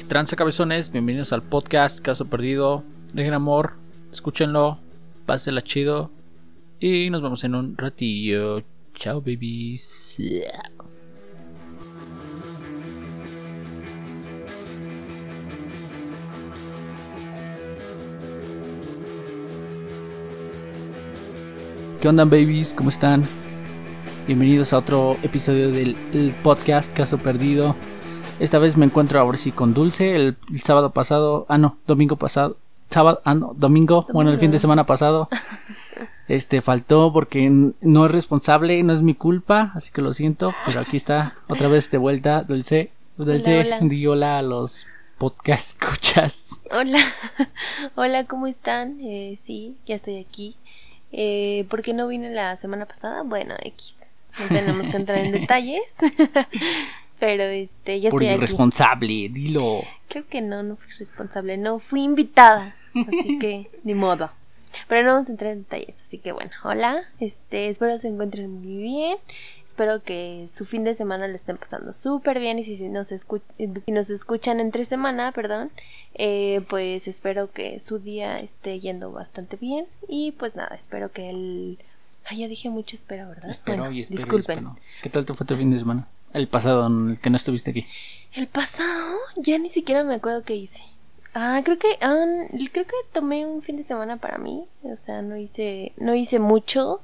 Tranza cabezones, bienvenidos al podcast Caso Perdido. Dejen amor, escúchenlo, pásenla chido y nos vemos en un ratillo. Chao, babies. ¿Qué onda, babies? ¿Cómo están? Bienvenidos a otro episodio del podcast Caso Perdido. Esta vez me encuentro ahora sí con Dulce. El sábado pasado, domingo pasado. Domingo. Bueno, el fin de semana pasado. Faltó porque no es responsable, no es mi culpa, así que lo siento. Pero aquí está, otra vez de vuelta, Dulce. Dulce, hola. Di hola a los podcast escuchas. Hola, ¿cómo están? Sí, ya estoy aquí. ¿Por qué no vine la semana pasada? Bueno, X. No tenemos que entrar en detalles. Pero ya por estoy irresponsable, aquí. Dilo. Creo que no fui responsable, no fui invitada. Así que, ni modo. Pero no vamos a entrar en detalles, así que bueno, hola. Espero se encuentren muy bien. Espero que su fin de semana lo estén pasando súper bien. Y si nos escuchan entre semana, pues espero que su día esté yendo bastante bien. Y pues nada, espero que el... ya dije mucho espero, ¿verdad? Espero. Disculpen. Espero. ¿Qué tal te fue tu fin de semana? El pasado, en el que no estuviste aquí. El pasado, ya ni siquiera me acuerdo qué hice. Creo que tomé un fin de semana para mí. O sea, no hice mucho.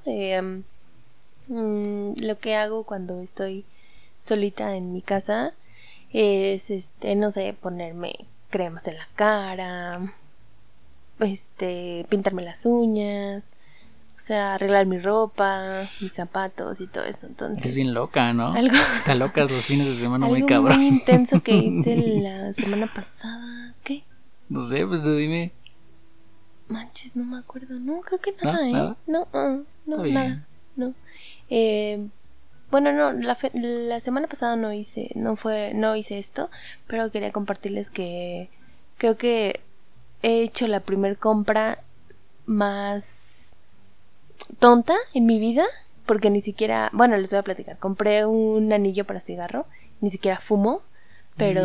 Lo que hago cuando estoy solita en mi casa es, no sé, ponerme cremas en la cara, pintarme las uñas, o sea, arreglar mi ropa, mis zapatos y todo eso. Entonces, es bien loca, ¿no? Está locas los fines de semana, algo muy cabrón. muy intenso que hice la semana pasada. ¿Qué? No sé, pues tú dime. Manches, no me acuerdo. No, creo que nada, ¿Nada? No, nada. No. Bueno, no, la semana pasada no hice esto, pero quería compartirles que creo que he hecho la primer compra más tonta en mi vida, porque ni siquiera, bueno, les voy a platicar. Compré un anillo para cigarro, ni siquiera fumo, pero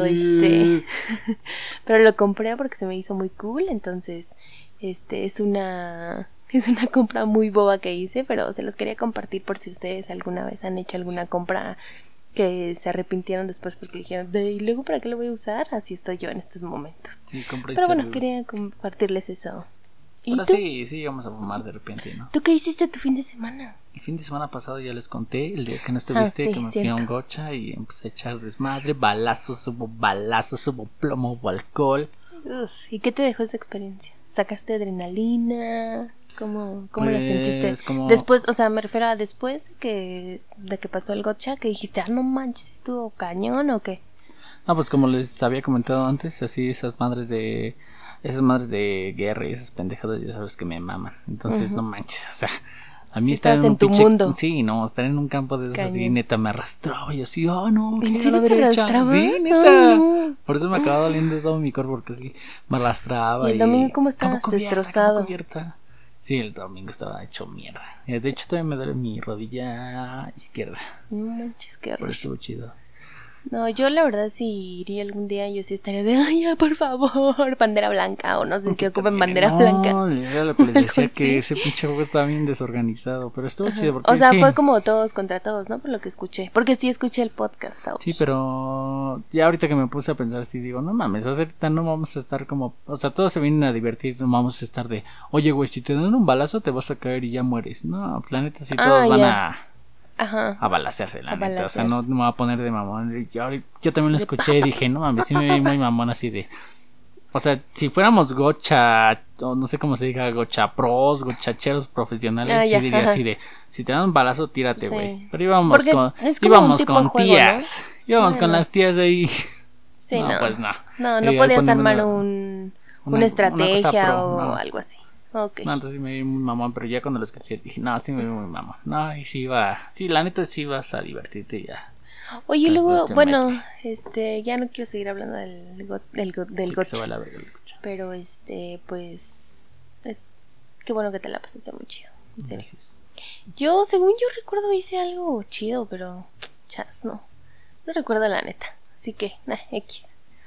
pero lo compré porque se me hizo muy cool. Entonces es una compra muy boba que hice, pero se los quería compartir por si ustedes alguna vez han hecho alguna compra que se arrepintieron después porque dijeron, ¿y luego para qué lo voy a usar? Así estoy yo en estos momentos. Sí, compré. Pero bueno, quería compartirles eso. ¿Y ahora tú? sí, vamos a fumar de repente, ¿no? ¿Tú qué hiciste tu fin de semana? El fin de semana pasado ya les conté, el día que no estuviste, sí, que me cierto. fui a un gocha y empecé a echar desmadre, balazos, hubo plomo, hubo alcohol. ¿Y qué te dejó esa experiencia? ¿Sacaste adrenalina? ¿Cómo la sentiste? Después, o sea, me refiero a después de que pasó el gotcha, que dijiste, no manches, ¿estuvo cañón o qué? No, pues como les había comentado antes, así esas madres de guerra y esas pendejadas, ya sabes que me maman. Entonces, no manches, o sea, a mí estar en tu mundo. Sí, no, estar en un campo de esos así, neta, me arrastró. Y yo así, no, ¿en serio te arrastrabas? Sí, neta. No. Por eso me acababa doliendo todo mi cuerpo, porque sí, me arrastraba. ¿Y el domingo cómo estabas? Destrozado. Sí, el domingo estaba hecho mierda. De hecho, todavía me duele mi rodilla izquierda. No manches, qué horror. Pero estuvo chido. No, yo la verdad si iría algún día, yo sí estaría de, ya, por favor, bandera blanca, o no sé si ocupen bandera blanca. No, era lo que les decía, que ese pinche juego estaba bien desorganizado, pero estuvo chido. Porque, o sea, fue como todos contra todos, ¿no? Por lo que escuché, porque sí escuché el podcast. Sí, pero ya ahorita que me puse a pensar, sí digo, no mames, ahorita no vamos a estar como, o sea, todos se vienen a divertir, no vamos a estar de, oye, güey, si te dan un balazo te vas a caer y ya mueres. No, la neta, sí todos van a balacearse, la neta. O sea, no me voy a poner de mamón. Yo también lo escuché y dije, no mames, sí me vi muy mamón así de. O sea, si fuéramos gocha, o no sé cómo se diga, gocha pros, gochacheros profesionales, sí diría así de, si te dan un balazo, tírate, güey. Sí. Pero íbamos con tías. ¿No? Íbamos con las tías ahí. Sí, no, pues no. No podías armar una estrategia o algo así. Okay. No, entonces sí me vi muy mamón, pero ya cuando lo escuché dije, no, sí me vi muy mamón. No, y sí la neta sí vas a divertirte ya. Oye, luego, bueno, ya no quiero seguir hablando del gotcha. Pero pues qué bueno que te la pasaste muy chido. En serio. Gracias. Yo, según yo recuerdo, hice algo chido, pero no recuerdo la neta. Así que, X.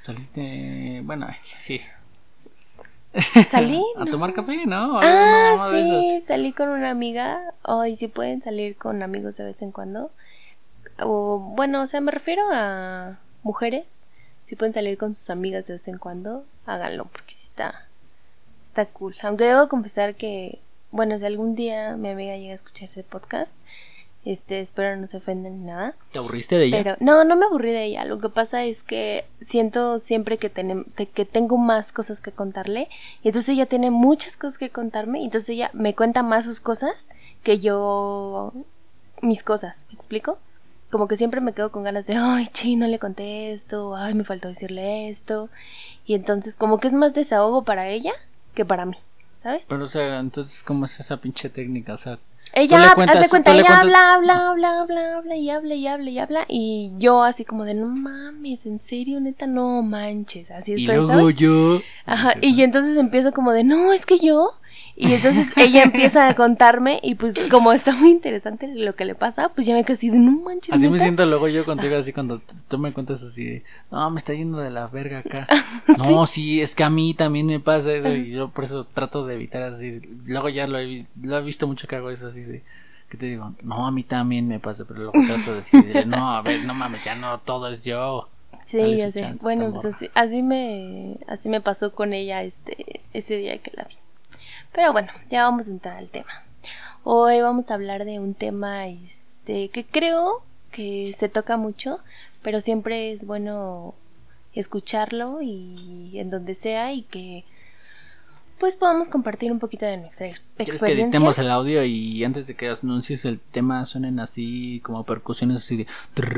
Saliste, bueno, sí. ¿Salí? A tomar café, ¿no? Sí, salí con una amiga. Ay, sí pueden salir con amigos de vez en cuando. O, bueno, o sea, me refiero a mujeres. Si pueden salir con sus amigas de vez en cuando, háganlo, porque sí está cool. Aunque debo confesar que, bueno, si algún día mi amiga llega a escuchar ese podcast, espero no se ofendan ni nada. ¿Te aburriste de ella? Pero no me aburrí de ella. Lo que pasa es que siento siempre que tengo más cosas que contarle, y entonces ella tiene muchas cosas que contarme, y entonces ella me cuenta más sus cosas que yo mis cosas. ¿Me explico? Como que siempre me quedo con ganas de, ay, no le conté esto, ay, me faltó decirle esto. Y entonces como que es más desahogo para ella que para mí, ¿sabes? Pero, o sea, entonces, ¿cómo es esa pinche técnica? O sea, ella hace cuenta, ella habla y habla, y yo así como de, no mames, en serio, neta, no manches, así estoy, y luego, ¿sabes? yo... Ajá, y entonces empiezo como de, no, es que yo... Y entonces ella empieza a contarme, y pues como está muy interesante lo que le pasa, pues ya me quedo así de, no manches, así ¿neta? me siento luego yo contigo, así cuando tú me cuentas así de, no, me está yendo de la verga acá. No, sí, es que a mí también me pasa eso, y yo por eso trato de evitar así. Luego ya lo he visto mucho que hago eso así de, que te digo, no, a mí también me pasa, pero luego trato de decir, no, a ver, no mames, ya no todo es yo. Sí, ya sé. Bueno, pues así me pasó con ella ese día que la vi. Pero bueno, ya vamos a entrar al tema. Hoy vamos a hablar de un tema que creo que se toca mucho, pero siempre es bueno escucharlo y en donde sea, y que pues podamos compartir un poquito de nuestra experiencia. ¿Quieres que editemos el audio y antes de que anuncies el tema suenen así como percusiones así de...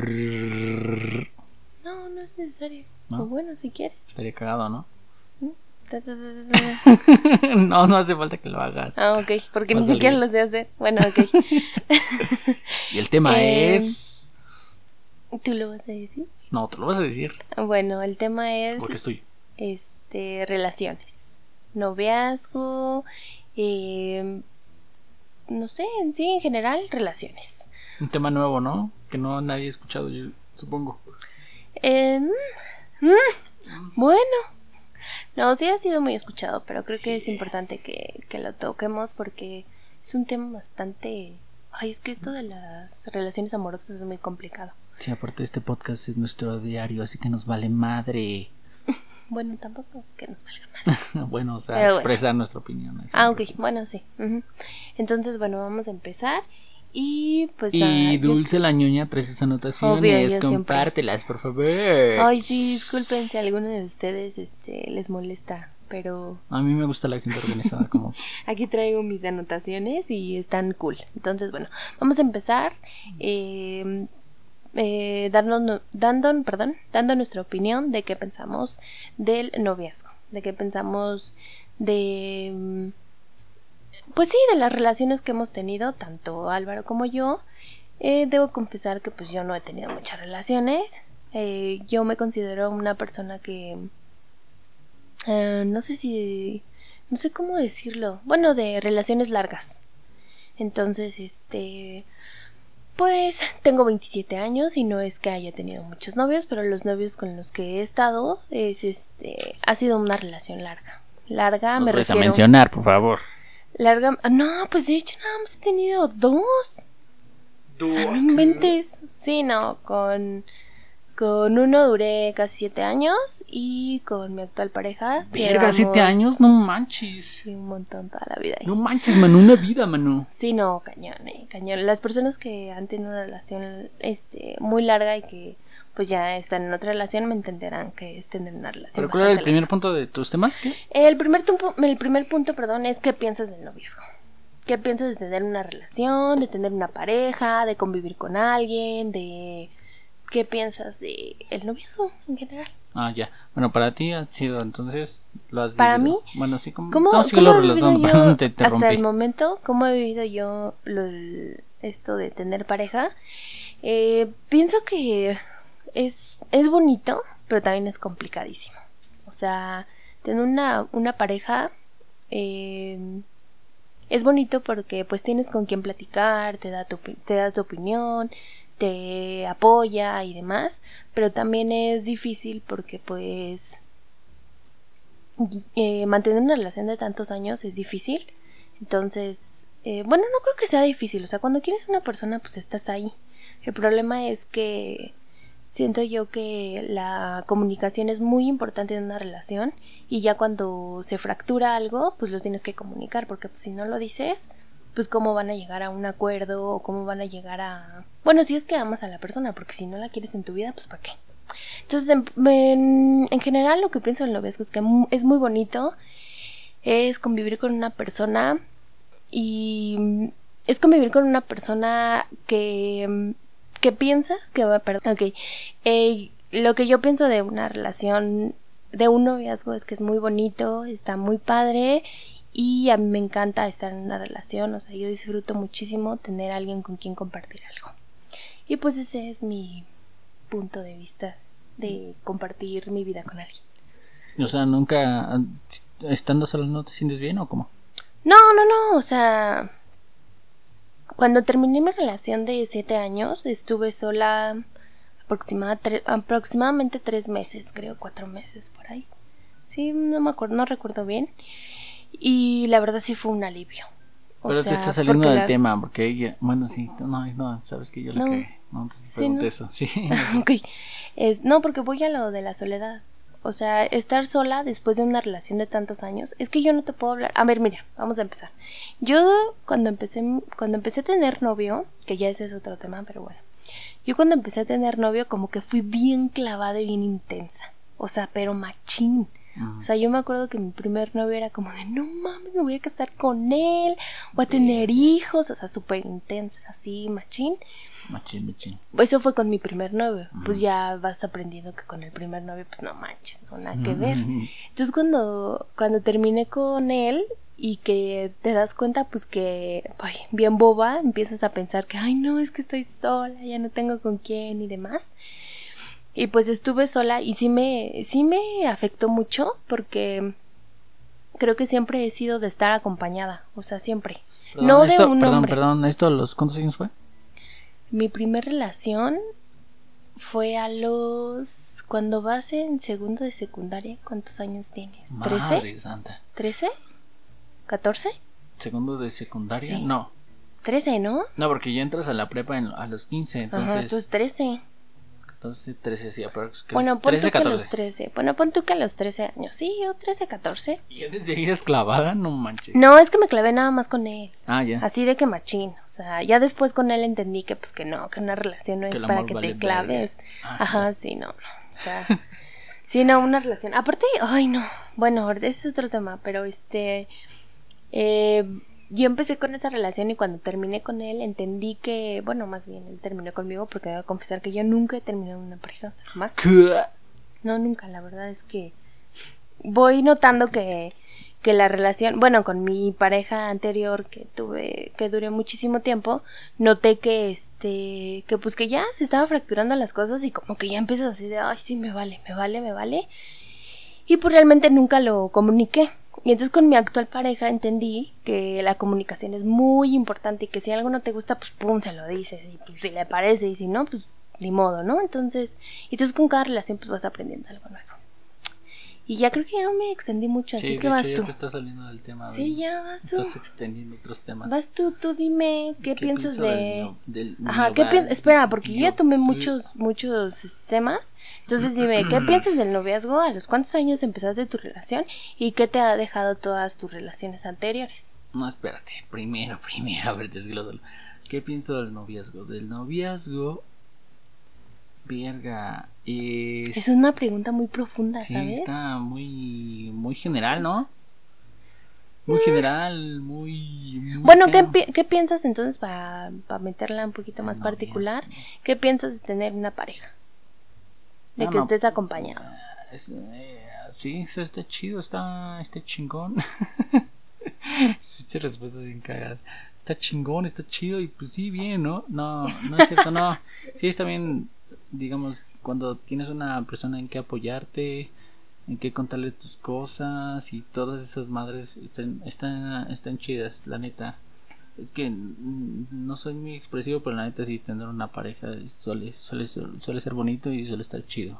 No es necesario. ¿No? O bueno, si quieres. Estaría cagado, ¿no? No hace falta que lo hagas. Ah, ok, porque ni siquiera lo sé hacer. Bueno, ok. Y el tema es... ¿Tú lo vas a decir? No, te lo vas a decir. Bueno, el tema es... Porque es tuyo. Relaciones. Noviazgo. No sé, en general, relaciones. Un tema nuevo, ¿no? Que no nadie ha escuchado, yo supongo. Bueno. No, sí ha sido muy escuchado, pero creo que es importante que lo toquemos porque es un tema bastante... Ay, es que esto de las relaciones amorosas es muy complicado. Sí, aparte este podcast es nuestro diario, así que nos vale madre. Bueno, tampoco es que nos valga madre. Bueno, o sea, pero expresar nuestra opinión. Ok, bueno, sí. Entonces, bueno, vamos a empezar. Y pues y Dulce la ñoña trae sus anotaciones, compártelas siempre, por favor. Ay, sí, disculpen si a alguno de ustedes les molesta, pero a mí me gusta la gente organizada como... Aquí traigo mis anotaciones y están cool. Entonces, bueno, vamos a empezar dando nuestra opinión de qué pensamos del noviazgo, de qué pensamos de... Pues sí, de las relaciones que hemos tenido, tanto Álvaro como yo. Debo confesar que pues yo no he tenido muchas relaciones. Yo me considero una persona que... no sé cómo decirlo. Bueno, de relaciones largas. Entonces, pues tengo 27 años y no es que haya tenido muchos novios, pero los novios con los que he estado ha sido una relación larga. Larga, me refiero... a mencionar, por favor. Larga... No, pues de hecho nada más he tenido 2. O sea, no inventes. Sí, no, con uno duré casi 7 años y con mi actual pareja... Verga, 7 años, no manches. Sí, un montón, toda la vida ahí. No manches, Manu, una vida, Manu. Sí, no, cañón. Las personas que han tenido una relación muy larga y que pues ya están en otra relación me entenderán que estén en una relación. ¿Pero cuál era el primer punto de tus temas? ¿Qué? El primer punto, perdón, es qué piensas del noviazgo. ¿Qué piensas de tener una relación, de tener una pareja, de convivir con alguien, de... ¿Qué piensas de el noviazgo en general? Ah, ya. Bueno, para ti ha sido, entonces, lo has vivido. Para mí, bueno, sí, como... ¿cómo he vivido yo, hasta el momento, cómo he vivido yo esto de tener pareja? Pienso que es bonito, pero también es complicadísimo. O sea, tener una pareja es bonito porque pues tienes con quién platicar, te da tu opinión, te apoya y demás, pero también es difícil porque pues mantener una relación de tantos años es difícil. Entonces, bueno, no creo que sea difícil, o sea, cuando quieres una persona pues estás ahí. El problema es que siento yo que la comunicación es muy importante en una relación, y ya cuando se fractura algo pues lo tienes que comunicar, porque pues, si no lo dices, pues cómo van a llegar a un acuerdo, o cómo van a llegar a... Bueno, si es que amas a la persona, porque si no la quieres en tu vida, pues ¿para qué? Entonces, en general lo que pienso del noviazgo es que es muy bonito, es convivir con una persona, y es convivir con una persona que piensas que va a perder. Ok, lo que yo pienso de una relación, de un noviazgo, es que es muy bonito, está muy padre, y a mí me encanta estar en una relación, o sea, yo disfruto muchísimo tener a alguien con quien compartir algo. Y pues ese es mi punto de vista de compartir mi vida con alguien. O sea, nunca, estando solo, ¿no te sientes bien o cómo? No, o sea, cuando terminé mi relación de 7 años, estuve sola aproximadamente 3 meses, creo, 4 meses por ahí. Sí, no me acuerdo, no recuerdo bien. Y la verdad sí fue un alivio. Pero te está saliendo del tema, porque ella, bueno, sí, no, sabes que yo le cagué. No, te pregunté eso, sí. Ok, no, porque voy a lo de la soledad. O sea, estar sola después de una relación de tantos años, es que yo no te puedo hablar. A ver, mira, vamos a empezar. Yo cuando empecé a tener novio, que ya ese es otro tema, pero bueno. Yo cuando empecé a tener novio como que fui bien clavada y bien intensa. O sea, pero machín. O sea, yo me acuerdo que mi primer novio era como de, no mames, me voy a casar con él, voy a tener hijos, o sea, súper intensa, así, machín. Machín. Eso fue con mi primer novio. Pues ya vas aprendiendo que con el primer novio, pues no manches, no, nada que ver. Entonces cuando terminé con él y que te das cuenta, pues que, ay, bien boba, empiezas a pensar que, ay, no, es que estoy sola, ya no tengo con quién y demás. Y pues estuve sola y sí me afectó mucho, porque creo que siempre he sido de estar acompañada, o sea, siempre. Perdón, no de un hombre. Perdón, ¿esto a los cuántos años fue? Mi primer relación fue cuando vas en segundo de secundaria. ¿Cuántos años tienes? Madre santa. ¿13? ¿14? ¿Segundo de secundaria? Sí. No. 13, ¿no? No, porque ya entras a la prepa a los 15, entonces... Ajá, entonces 13. 14, 13, sí, pero... Bueno, pon 13, tú que 14. a los 13. Bueno, pon tú que a los 13 años. Sí, yo 13, 14. ¿Y ya desde ahí eres clavada? No manches. No, es que me clavé nada más con él. Ah, ya. Así de que machín. O sea, ya después con él entendí que pues que no, que una relación no Que es el para amor que vale te claves. verga. Ajá, sí, no. O sea, sí, no, una relación. Aparte, ay, no. Bueno, ese es otro tema, pero yo empecé con esa relación y cuando terminé con él entendí que, bueno, más bien él terminó conmigo, porque debo confesar que yo nunca he terminado en una pareja, o sea, jamás. No, nunca, la verdad es que voy notando que la relación, bueno, con mi pareja anterior que tuve, que duré muchísimo tiempo, noté que que pues que ya se estaba fracturando las cosas y como que ya empiezas así de, ay, sí, me vale. Y pues realmente nunca lo comuniqué. Y entonces con mi actual pareja entendí que la comunicación es muy importante y que si algo no te gusta, pues pum, se lo dices. Y pues si le parece, y si no, pues ni modo, ¿no? Entonces con cada relación pues vas aprendiendo algo nuevo. Y ya creo que ya me extendí mucho, sí, así que vas tú. tú. Ya te estás saliendo del tema. Sí, ya vas tú. Estás extendiendo otros temas. Vas tú dime qué piensas del Ajá, ¿qué piensas? Espera, porque yo ya tomé muchos temas. Entonces dime, ¿qué piensas del noviazgo? ¿A los cuántos años empezaste tu relación? ¿Y qué te ha dejado todas tus relaciones anteriores? No, espérate. Primero, a ver, desglósalo. ¿Qué pienso del noviazgo? Del noviazgo... Verga, es una pregunta muy profunda, sí, ¿sabes? Está muy general, ¿no? Muy general, muy bueno, ¿qué piensas entonces, para meterla un poquito más particular? ¿Qué piensas de tener una pareja? De que estés acompañado. Sí, eso está chido, está chingón. Muchas respuestas bien cagadas. Está chingón, está chido y pues sí, bien, ¿no? No es cierto, no. Sí, está bien, digamos, cuando tienes una persona en que apoyarte, en que contarle tus cosas y todas esas madres están chidas, la neta. Es que no soy muy expresivo, pero la neta sí tener una pareja suele ser bonito y suele estar chido.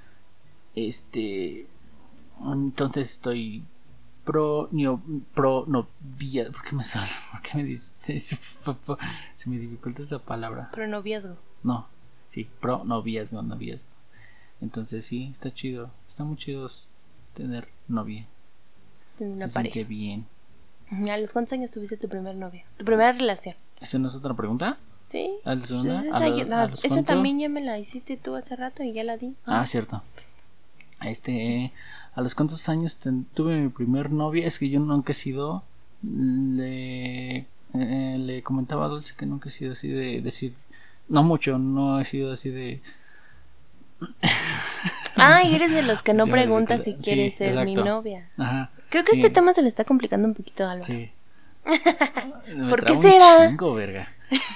Entonces estoy pro novia. ¿Por qué me sale? ¿Por qué me dice? Se me dificulta esa palabra. Pro noviazgo. No, sí, pro noviazgo. Entonces sí, está chido. Está muy chido tener novia. Tener una pareja. Qué bien. ¿A los cuántos años tuviste tu primer novio? ¿Tu primera relación? ¿Esa no es otra pregunta? Sí. ¿A la segunda? Esa también ya me la hiciste tú hace rato y ya la di. Cierto. ¿A los cuántos años tuve mi primer novia? Es que yo nunca he sido. Le comentaba a Dulce que nunca he sido así de decir. No mucho, no he sido así de. Y eres de los que no preguntas si quieres ser exacto. Mi novia. Ajá. Creo que este tema se le está complicando un poquito a Álvaro. Sí. ¿Por qué será? Un chingo, verga.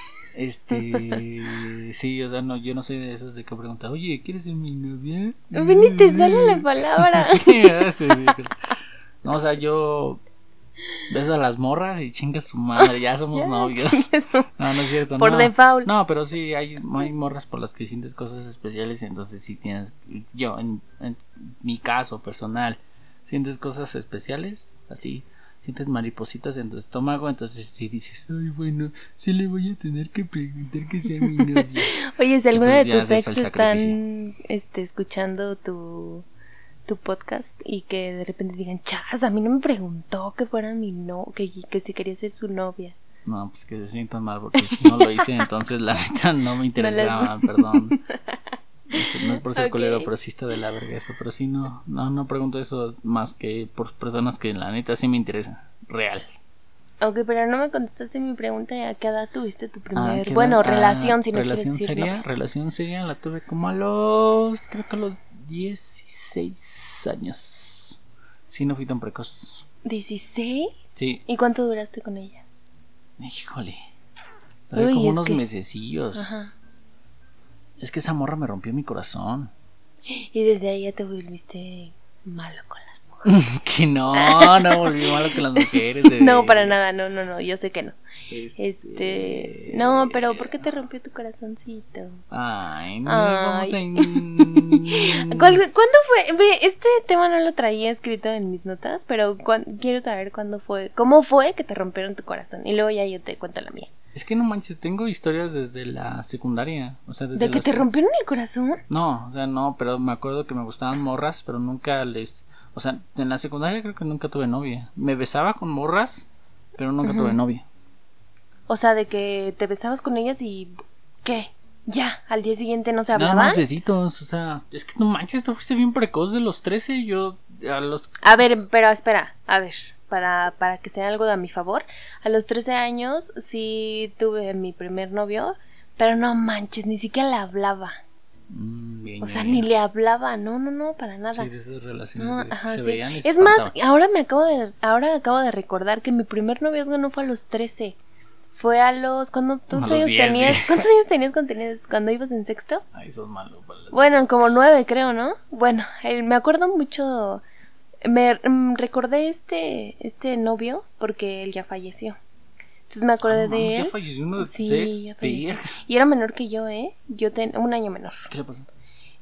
Sí, o sea, no, yo no soy de esos de que pregunta, oye, ¿quieres ser mi novia? Ven y te sale la palabra. Sí, no, o sea, yo beso a las morras y chingas su madre, ya somos novios. No es cierto. Por default. No, pero sí, hay morras por las que sientes cosas especiales, entonces sí tienes, yo, en mi caso personal, sientes cosas especiales, así. Sientes maripositas en tu estómago, entonces si dices, ay, bueno, sí le voy a tener que preguntar que sea mi novia. Oye, si alguno de tus ex están escuchando tu podcast y que de repente digan, chas, a mí no me preguntó que fuera mi que si quería ser su novia. No, pues que se sientan mal porque si no lo hice, entonces la neta no me interesaba, perdón. No es por ser culero, pero sí está de la verga eso. Pero sí, no pregunto eso más que por personas que la neta sí me interesa. Real. Ok, pero no me contestaste mi pregunta. ¿A qué edad tuviste tu primer... relación, si no quieres decirlo? Relación seria la tuve como creo que a los 16 años. Sí, no fui tan precoz. ¿16? Sí. ¿Y cuánto duraste con ella? Híjole. Como unos mesecillos. Ajá. Es que esa morra me rompió mi corazón. Y desde ahí ya te volviste malo con las mujeres. Que no volví malos con las mujeres. No, para nada, no, yo sé que no. No, pero ¿por qué te rompió tu corazoncito? Ay, no, vamos a... ¿Cuándo fue? Este tema no lo traía escrito en mis notas, pero quiero saber cómo fue que te rompieron tu corazón. Y luego ya yo te cuento la mía. Es que no manches, tengo historias desde la secundaria. O sea, desde ¿De que te rompieron el corazón? No, o sea, no, pero me acuerdo que me gustaban morras, pero nunca o sea, en la secundaria creo que nunca tuve novia. Me besaba con morras, pero nunca tuve novia. O sea, de que te besabas con ellas y... ¿Qué? ¿Ya? ¿Al día siguiente no se hablaban? Nada más besitos, o sea, es que no manches, tú fuiste bien precoz de los 13, yo A ver, pero espera, a ver... Para que sea algo a mi favor, a los 13 años sí tuve mi primer novio, pero no manches, ni siquiera le hablaba. Bien, o sea, ni le hablaba, no, para nada. Sí, de esas relaciones se veían y es más, ahora acabo de recordar que mi primer noviazgo no fue a los 13. Fue a los... ¿Cuántos años tenías? Sí. ¿Cuántos años tenías cuando ibas en sexto? Ay, sos malo. Bueno, como 9 creo, ¿no? Bueno, me acuerdo mucho... Me recordé este novio porque él ya falleció. Entonces me acordé de él. ¿Ya falleció uno de tus Sí, ex? ya falleció. Y era menor que yo, Yo un año menor. ¿Qué le pasó?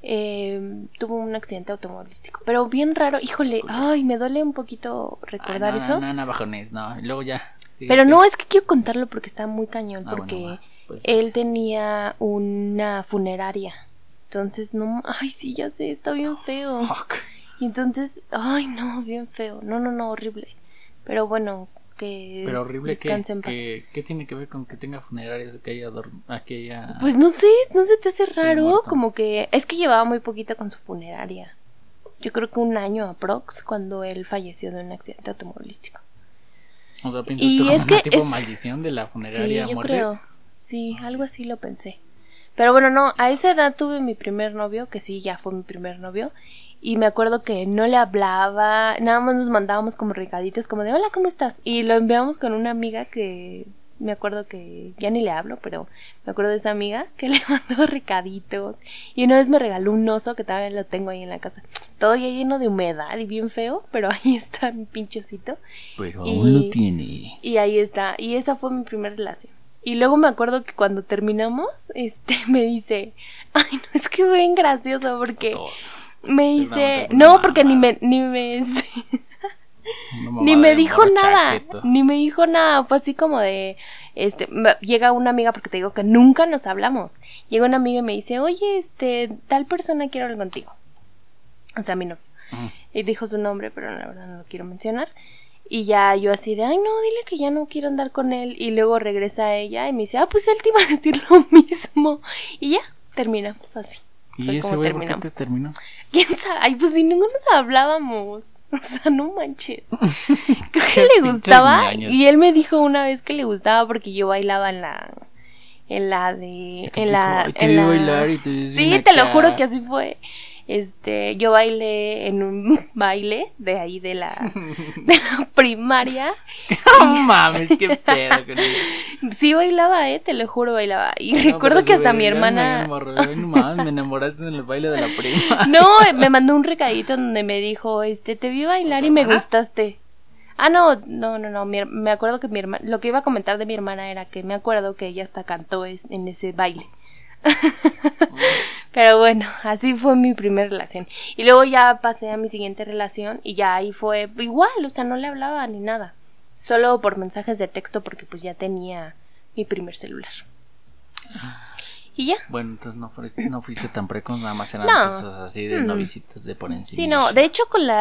Tuvo un accidente automovilístico. Pero bien raro, híjole. Ay, me duele un poquito recordar eso. No, bajones, no. Y luego ya. Pero no, es que quiero contarlo porque está muy cañón. Porque bueno, pues, él tenía una funeraria. Entonces, no. Ay, sí, ya sé, está bien feo. Fuck. Y entonces, ay no, bien feo. No, horrible. Pero bueno, pero horrible descanse en paz. ¿Qué tiene que ver con que tenga funerarias que haya Pues no sé te hace raro, como que es que llevaba muy poquito con su funeraria. Yo creo que un año aprox cuando él falleció de un accidente automovilístico. O sea, ¿piensas tú como una tipo maldición de la funeraria? Sí, yo creo. Sí, algo así lo pensé. Pero bueno, no, a esa edad tuve mi primer novio, que sí, ya fue mi primer novio. Y me acuerdo que no le hablaba, nada más nos mandábamos como recaditos como de hola, ¿cómo estás? Y lo enviamos con una amiga que me acuerdo que ya ni le hablo, pero me acuerdo de esa amiga que le mandó recaditos. Y una vez me regaló un oso que todavía lo tengo ahí en la casa. Todo ya lleno de humedad y bien feo, pero ahí está mi pinchocito. Pero aún lo tiene. Y ahí está. Y esa fue mi primera relación. Y luego me acuerdo que cuando terminamos, me dice, ay, no, es que fue bien gracioso porque me dice, no, porque ni me ni me dijo nada, chaqueto. Ni me dijo nada, fue así como de, llega una amiga, porque te digo que nunca nos hablamos, llega una amiga y me dice, oye, tal persona quiere hablar contigo, o sea, a mí no, y dijo su nombre, pero la verdad no lo quiero mencionar, y ya yo así de, ay no, dile que ya no quiero andar con él, y luego regresa ella y me dice, pues él te iba a decir lo mismo, y ya, terminamos así. ¿Y ese güey por qué te terminó? ¿Quién sabe? Ay, pues si ninguno nos hablábamos. O sea, no manches. Creo que le gustaba. Y él me dijo una vez que le gustaba porque yo bailaba Sí, te lo juro que así fue. Yo bailé en un baile de ahí de la primaria. No mames, qué pedo con eso. Sí bailaba, te lo juro, bailaba. Y recuerdo que hasta mi hermana... me enamoraste en el baile de la prima. No, me mandó un recadito donde me dijo, te vi bailar y me gustaste. Ah, no, me acuerdo que mi hermana... Lo que iba a comentar de mi hermana era que me acuerdo que ella hasta cantó en ese baile. Pero bueno, así fue mi primera relación. Y luego ya pasé a mi siguiente relación y ya ahí fue igual, o sea, no le hablaba ni nada, solo por mensajes de texto porque pues ya tenía mi primer celular. Y ya. Bueno, entonces no fuiste tan precoz, nada más eran cosas así de novicitos de por encima. Sí, no, de hecho con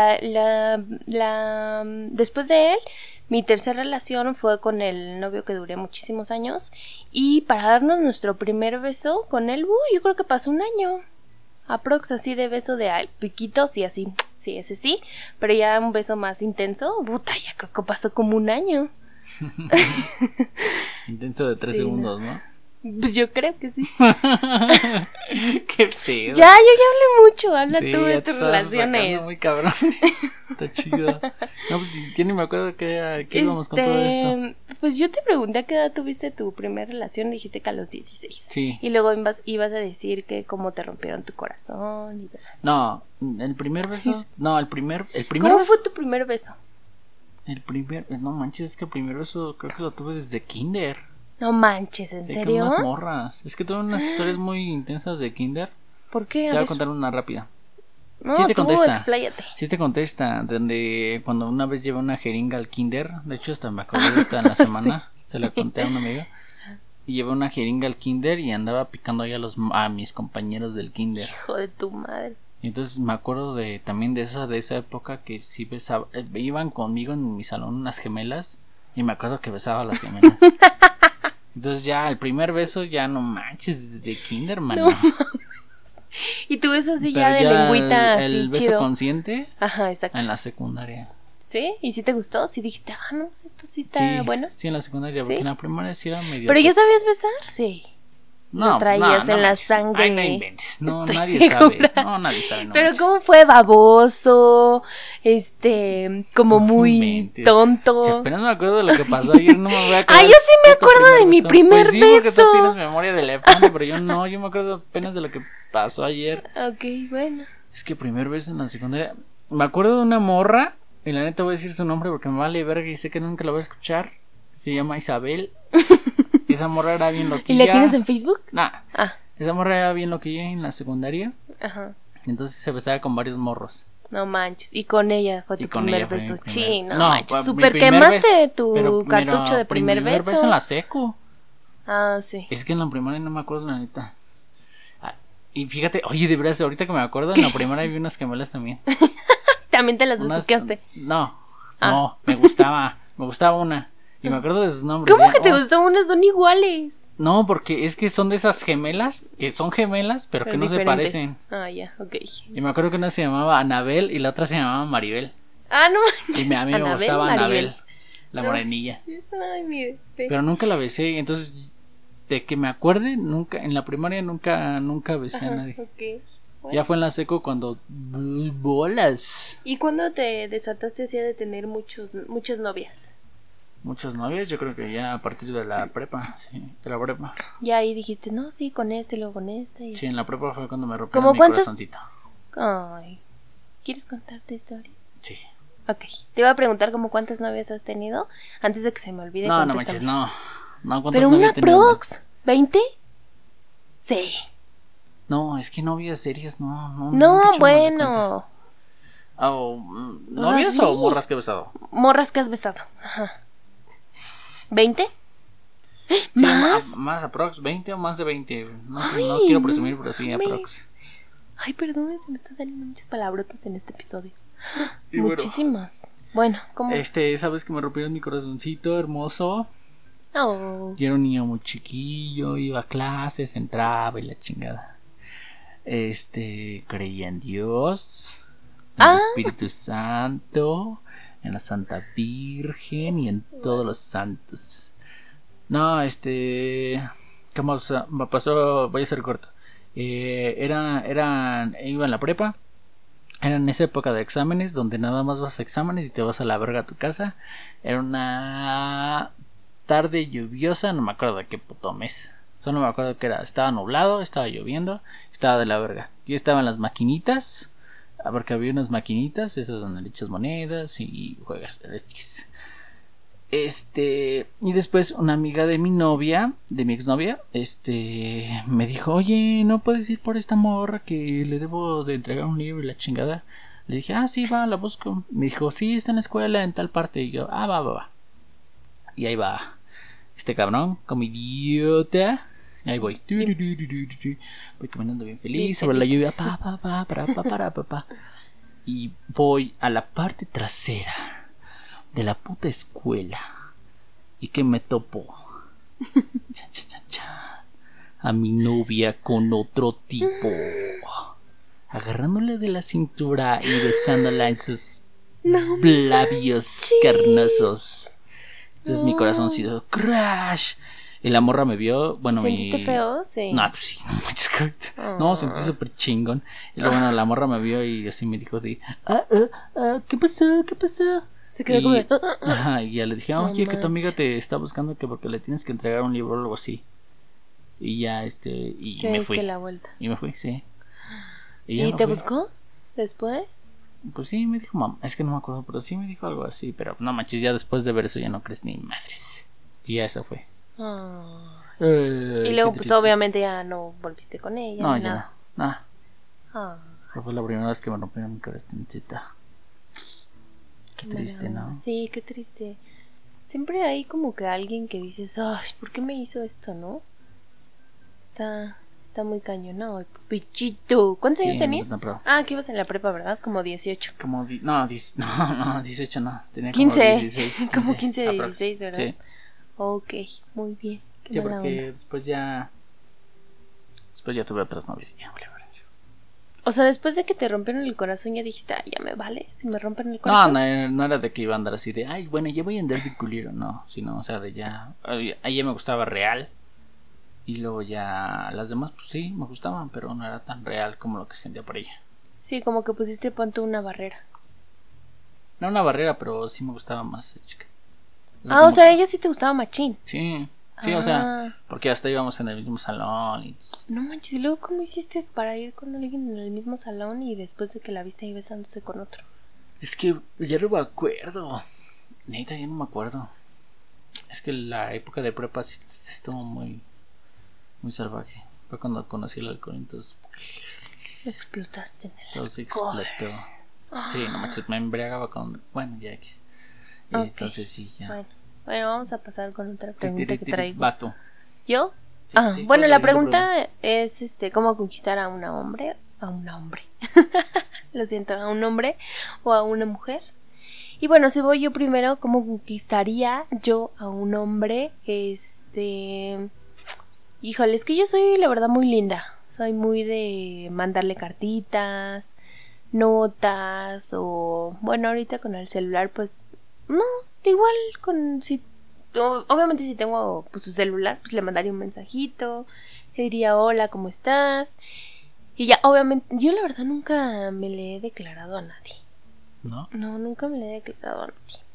después de él, mi tercera relación fue con el novio que duré muchísimos años. Y para darnos nuestro primer beso con él, yo creo que pasó un año. Aprox así de beso de piquitos y así. Sí, ese sí. Pero ya un beso más intenso, ya creo que pasó como un año. Intenso de 3 segundos, ¿no? Pues yo creo que sí. Qué pedo. Ya hablé mucho. Habla tú de tus relaciones. Muy cabrón. Está chido. No, pues ya ni me acuerdo que íbamos con todo esto. Pues yo te pregunté a qué edad tuviste tu primera relación. Dijiste que a los 16. Sí. Y luego ibas a decir que cómo te rompieron tu corazón y demás. No, el primer beso. No, el primer ¿Cómo beso? fue tu primer beso? No manches, es que el primer beso creo que lo tuve desde kinder. No manches, ¿en serio? Con unas morras. Es que tuve unas historias muy intensas de kinder. ¿Por qué? Te voy a contar una rápida. No, sí te contesta. Expláyate. Sí te contesta. Donde cuando una vez llevé una jeringa al kinder. De hecho, hasta me acordé de esta en la semana. Sí. Se la conté a una amiga. Y llevé una jeringa al kinder y andaba picando ahí a mis compañeros del kinder. Hijo de tu madre. Y entonces me acuerdo también de esa época que sí besaba. Iban conmigo en mi salón unas gemelas. Y me acuerdo que besaba a las gemelas. Entonces ya el primer beso ya no manches desde kinder, man. No. Y tú beso así ya de lengüita así el beso chido. Consciente. Ajá, exacto. En la secundaria. ¿Sí? ¿Y si te gustó? ¿Sí dijiste, no, esto sí está bueno? Sí, en la secundaria, porque en la primaria sí era medio... ¿Pero ya sabías besar? Sí. No, lo traías en la sangre. Ay, no inventes. No, nadie sabe. No, nadie sabe. No pero manches. ¿cómo fue? Baboso, como muy tonto. Si apenas me acuerdo de lo que pasó ayer, no me voy a acordar. Yo sí me acuerdo de mi primer pues sí, beso. Porque tú tienes memoria de elefante, pero yo no. Yo me acuerdo apenas de lo que pasó ayer. Ok, bueno. Es que primer beso en la secundaria. Me acuerdo de una morra, y la neta voy a decir su nombre porque me vale verga y sé que nunca la voy a escuchar. Se llama Isabel. Esa morra era bien loquilla. ¿Y la tienes en Facebook? Nah. Esa morra era bien loquilla en la secundaria. Ajá. Entonces se besaba con varios morros. No manches. Y con ella fue tu primer beso. Sí, no manches. Pues, super quemaste tu cartucho de primer beso. Primer beso en la secu. Sí. Es que en la primaria no me acuerdo la neta. Y fíjate, oye, de verdad, ahorita que me acuerdo, en la primaria vi unas gemelas también. ¿También te las besuqueaste? No, me gustaba una. Y me acuerdo de sus nombres. ¿Cómo que te gustó? Unas son iguales. No, porque es que son de esas gemelas, que son gemelas, pero que no se parecen. Ya, ok. Y me acuerdo que una se llamaba Anabel y la otra se llamaba Maribel. No manches. Y a mí me gustaba Anabel, la morenilla. Pero nunca la besé, entonces, de que me acuerde, nunca, en la primaria nunca besé a nadie. Okay. Bueno. Ya fue en la seco cuando... bolas. ¿Y cuándo te desataste así de tener muchas novias? Muchas novias, yo creo que ya a partir de la prepa, sí, de la prepa. Ya ahí dijiste, no, sí, con este, luego con este. Y Sí, así. en la prepa fue cuando me rompieron ¿Cómo mi cuántos? corazoncito. Ay, ¿quieres contarte historia? Sí. Ok, te iba a preguntar como cuántas novias has tenido antes de que se me olvide. No, no contéstame. manches, no. No, ¿cuántas Pero novias una he tenido? prox, ¿20? Sí. No, es que novias serias, no. No, nunca he hecho mal de cuenta. bueno. ¿Novias sí. o morras que he besado? Morras que has besado. Ajá. ¿20? Sí, ¿Más? Más aprox, 20 o más de 20. No, Ay, no quiero presumir, pero sí, mames. aprox. Ay, perdón, se me están saliendo muchas palabrotas en este episodio. Y bueno, Muchísimas. Bueno, ¿cómo? sabes que me rompieron mi corazoncito hermoso. Oh. Yo era un niño muy chiquillo, iba a clases, entraba y la chingada. Creía en Dios, en el Espíritu Santo, en la Santa Virgen y en todos los santos. No, ¿cómo me pasó? Voy a ser corto. Iba en la prepa. Era en esa época de exámenes, donde nada más vas a exámenes y te vas a la verga a tu casa. Era una tarde lluviosa, no me acuerdo de qué puto mes. Solo me acuerdo que estaba nublado, estaba lloviendo, estaba de la verga. Yo estaba en las maquinitas, porque había unas maquinitas, esas donde le echas monedas y juegas X. Y después una amiga de mi novia, de mi exnovia, me dijo, oye, ¿no puedes ir por esta morra que le debo de entregar un libro y la chingada? Le dije, sí, va, la busco. Me dijo, sí, está en la escuela, en tal parte. Y yo, va. Y ahí va este cabrón, como idiota. Y ahí voy. Voy caminando bien feliz sobre la lluvia. Pa. Y voy a la parte trasera de la puta escuela. ¿Y que me topo? A mi novia con otro tipo, agarrándole de la cintura y besándola en sus labios carnosos. Entonces mi corazón se hizo crash. Y la morra me vio, bueno, ¿Sentiste feo? Sí. No, pues sí, no, sentí súper chingón. Y luego, bueno, la morra me vio y así me dijo ¿qué pasó? Se quedó como Ajá, y ya le dije, oye, que tu amiga te está buscando que porque le tienes que entregar un libro o algo así. Y ya, y me fui. La vuelta. Y me fui, sí. ¿Y te buscó después? Pues sí, me dijo mamá, es que no me acuerdo, pero sí me dijo algo así. Pero no manches, ya después de ver eso ya no crees ni madres. Y ya eso fue. Y luego pues obviamente ya no volviste con ella. No, ni ya nada. Fue la primera vez que me rompieron mi corazoncita. Qué triste, ¿no? Sí, qué triste. Siempre hay como que alguien que dices, ay, ¿por qué me hizo esto, no? Está muy cañonado, pichito. ¿Cuántos años tenías? No, que ibas en la prepa, ¿verdad? Como 18. No, 18 no. Tenía 15. Como 16. Como 15, 16, ¿verdad? Sí. Ok, muy bien. Sí, porque después ya tuve otras novias y ya, vale. O sea, después de que te rompieron el corazón ya dijiste, ya me vale, si me rompen el corazón. No era de que iba a andar así de, bueno, ya voy a andar de culero, no, sino, o sea, de ya, a ella me gustaba real. Y luego ya las demás, pues sí, me gustaban, pero no era tan real como lo que sentía por ella. Sí, como que pusiste ponte una barrera. No una barrera, pero sí me gustaba más, chica. O sea, ella sí te gustaba machín. Sí, o sea, porque hasta íbamos en el mismo salón. Y... No manches, ¿y luego cómo hiciste para ir con alguien en el mismo salón y después de que la viste ahí besándose con otro? Es que ya no me acuerdo. Neta, ya no me acuerdo. Es que la época de prepa sí estuvo muy salvaje. Fue cuando conocí el alcohol, entonces... Explotaste en el alcohol. Entonces explotó. Sí, no manches, me embriagaba con... Bueno, ya X. Entonces sí, ya. Bueno, vamos a pasar con otra pregunta que traigo. Vas tú. ¿Yo? Sí, bueno, la pregunta es ¿cómo conquistar a un hombre? Lo siento, a un hombre o a una mujer. Y bueno, si voy yo primero, ¿cómo conquistaría yo a un hombre? Híjole, es que yo soy la verdad muy linda. Soy muy de mandarle cartitas, notas o... Bueno, ahorita con el celular pues... No, igual obviamente si tengo pues su celular, pues le mandaría un mensajito, le diría hola, ¿cómo estás? Y ya, obviamente, yo la verdad nunca me le he declarado a nadie. ¿No? No, nunca me le he declarado a nadie.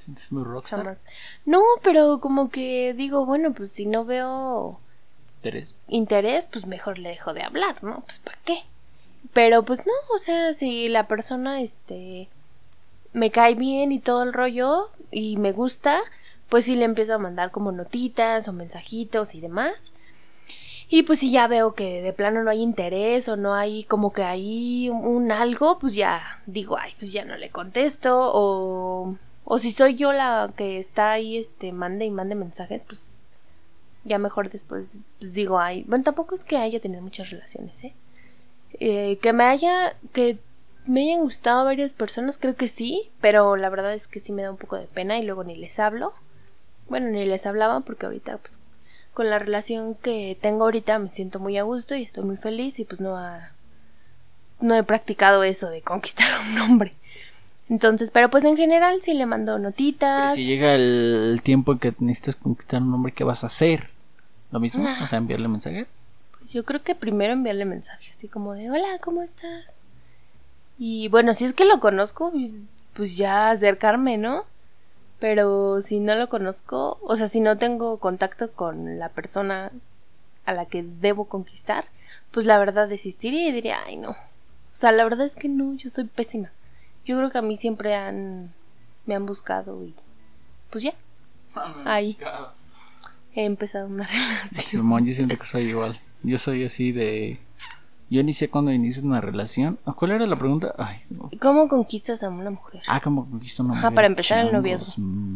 ¿Sientes muy rockstar? Jamás. No, pero como que digo, bueno, pues si no veo interés, pues mejor le dejo de hablar, ¿no? Pues ¿para qué? Pero pues no, o sea, si la persona me cae bien y todo el rollo y me gusta, pues sí le empiezo a mandar como notitas o mensajitos y demás. Y pues si ya veo que de plano no hay interés o no hay como que hay un algo, pues ya digo, ay, pues ya no le contesto. O si soy yo la que está ahí, mande y mande mensajes, pues ya mejor después pues digo, ay, bueno, tampoco es que haya tenido muchas relaciones, que me hayan gustado varias personas, creo que sí, pero la verdad es que sí me da un poco de pena y luego ni les hablo. Bueno, ni les hablaba porque ahorita pues con la relación que tengo ahorita me siento muy a gusto y estoy muy feliz y pues no he practicado eso de conquistar a un hombre. Entonces, pero pues en general sí le mando notitas. Pero si llega el tiempo en que necesitas conquistar a un hombre, ¿qué vas a hacer? ¿Lo mismo? O sea, enviarle mensajes. Pues yo creo que primero enviarle mensajes, así como de hola, ¿cómo estás? Y bueno, si es que lo conozco, pues ya acercarme, ¿no? Pero si no lo conozco, o sea, si no tengo contacto con la persona a la que debo conquistar, pues la verdad desistiría y diría, ay no. O sea, la verdad es que no, yo soy pésima. Yo creo que a mí siempre me han buscado y pues ya. Ahí he empezado una relación. Simón, yo siento que soy igual. Yo soy así de... Yo ni sé cuándo inicio una relación. ¿Cuál era la pregunta? Ay, no. ¿Cómo conquistas a una mujer? ¿Cómo conquistas a una mujer? Ajá, para empezar el noviazgo.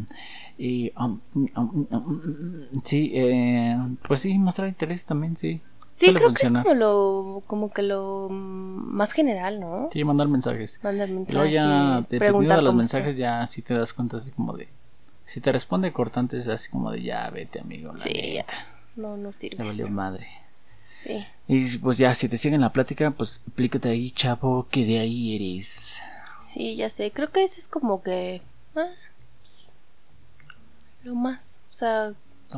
Sí, pues sí, mostrar interés también, sí. Sí, suele creo funcionar. Que es como que lo más general, ¿no? Sí, mandar mensajes. Mandar mensajes. Luego ya, dependiendo de los mensajes, ya sí te das cuenta así como de... Si te responde cortante, es así como de ya, vete, amigo. Sí, neta. Ya. No sirve. Me valió madre. Sí. Y pues ya, si te siguen la plática, pues aplícate ahí, chavo, que de ahí eres. Sí, ya sé. Creo que eso es como que... pues, lo más. O sea,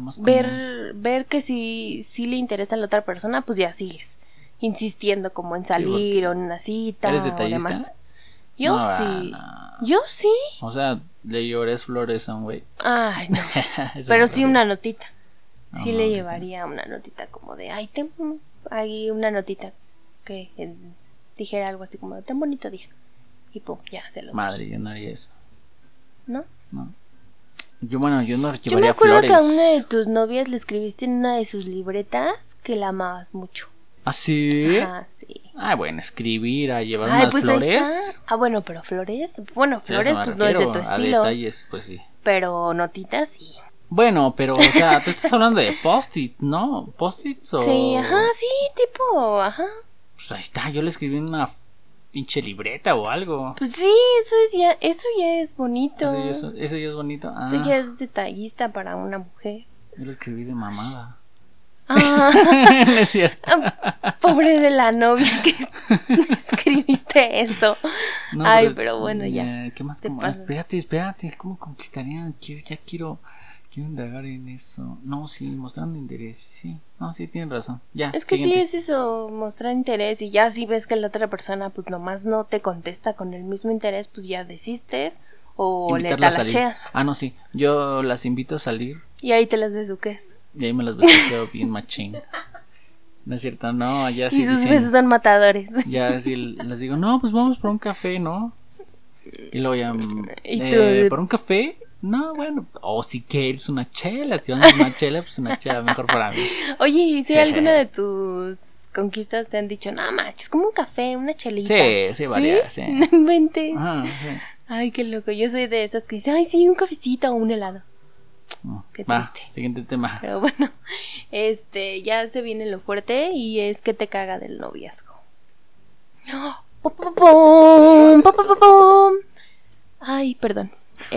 ver que si le interesa a la otra persona, pues ya sigues insistiendo como en salir o en una cita. ¿Eres detallista? O demás. Yo sí. Yo sí. O sea, le llores flores a un güey. Ay, no. Pero sí una notita. Sí le llevaría una notita como de, ay, hay una notita que dijera algo así como de, tan bonito día. Y pum, ya se lo Madre, yo no haría eso. ¿No? No. Yo no llevaría flores. Yo me acuerdo que a una de tus novias le escribiste en una de sus libretas que la amabas mucho. ¿Ah, sí? Ajá, sí. Bueno, escribir, a llevar unas pues flores. Bueno, pero flores. Bueno, flores pues no es de tu estilo. A detalles, pues sí. Pero notitas sí. Bueno, pero, o sea, tú estás hablando de post-it, ¿no? ¿Post-its o...? Sí, sí, tipo, Pues ahí está, yo le escribí en una pinche libreta o algo. Pues sí, eso ya es bonito. Eso ya es bonito. Eso ya es detallista para una mujer. Yo lo escribí de mamada. No es cierto. Pobre de la novia que escribiste eso. No, pero bueno, ya. ¿Qué más? Espérate, ¿cómo conquistarían? Ya quiero indagar en eso. No, sí, mostrando interés, sí. No, sí, tienen razón. Ya. Es que siguiente. Sí es eso, mostrar interés. Y ya si ves que la otra persona pues nomás no te contesta con el mismo interés, pues ya desistes o le talacheas. No, sí. Yo las invito a salir. Y ahí te las besuques. Y ahí me las besuqueo bien machín. No es cierto, no, ya sí. Y sus besos son matadores. Ya sí les digo, no, pues vamos por un café, ¿no? Y luego ya, ¿por un café? No, bueno, si quieres una chela, si vamos a una chela, pues una chela mejor para mí. Oye, ¿y si alguna de tus conquistas te han dicho, no manches, como un café, una chelita? Sí, varias, sí. No inventes. Sí. Ay, qué loco, yo soy de esas que dicen, ay, sí, un cafecito o un helado. Qué triste. Siguiente tema. Pero bueno, ya se viene lo fuerte y es que te caga del noviazgo. Ay, perdón.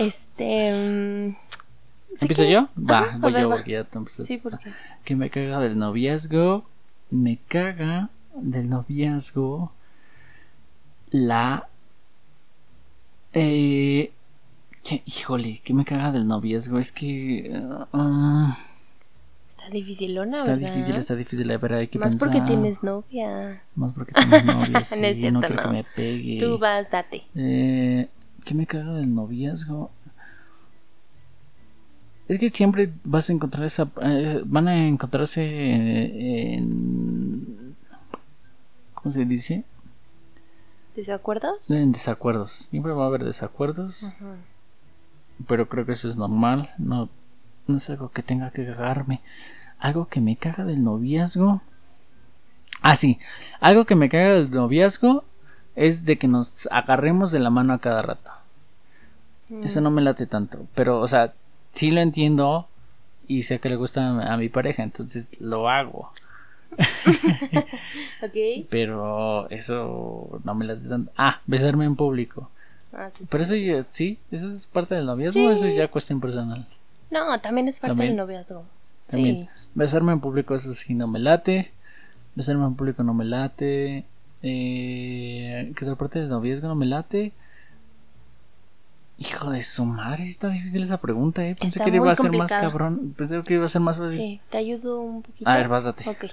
¿Empiezo yo? Voy yo. Va. Ya, entonces, sí, ¿por qué? Que me caga del noviazgo. Me caga del noviazgo híjole, que me caga del noviazgo. Es que está dificilona, está ¿verdad? difícil, la verdad, hay que Más pensar. porque tienes novia. Más porque tienes novia, sí, no es cierto, no quiero que me pegue. Tú vas, date. ¿Qué me caga del noviazgo? Es que siempre vas a encontrar van a encontrarse ¿cómo se dice? ¿Desacuerdos? En desacuerdos. Siempre va a haber desacuerdos. Ajá. Pero creo que eso es normal. No es algo que tenga que cagarme. Algo que me caga del noviazgo. Ah, sí. Algo que me caga del noviazgo es de que nos agarremos de la mano a cada rato. Eso no me late tanto. Pero, o sea, sí lo entiendo. Y sé que le gusta a mi pareja. Entonces lo hago. Ok. Pero eso no me late tanto. Ah, besarme en público. Sí. Pero eso ya, sí, eso es parte del noviazgo. Sí. Eso es ya cuestión personal. No, también es parte ¿También? del noviazgo. También. Sí. Besarme en público, eso sí no me late. Besarme en público no me late. ¿Qué otra parte del noviazgo no me late? Hijo de su madre, está difícil esa pregunta, Pensé Está que muy iba a ser complicada. más cabrón. Pensé que iba a ser más fácil. Sí, te ayudo un poquito. A ver, básate. Ok.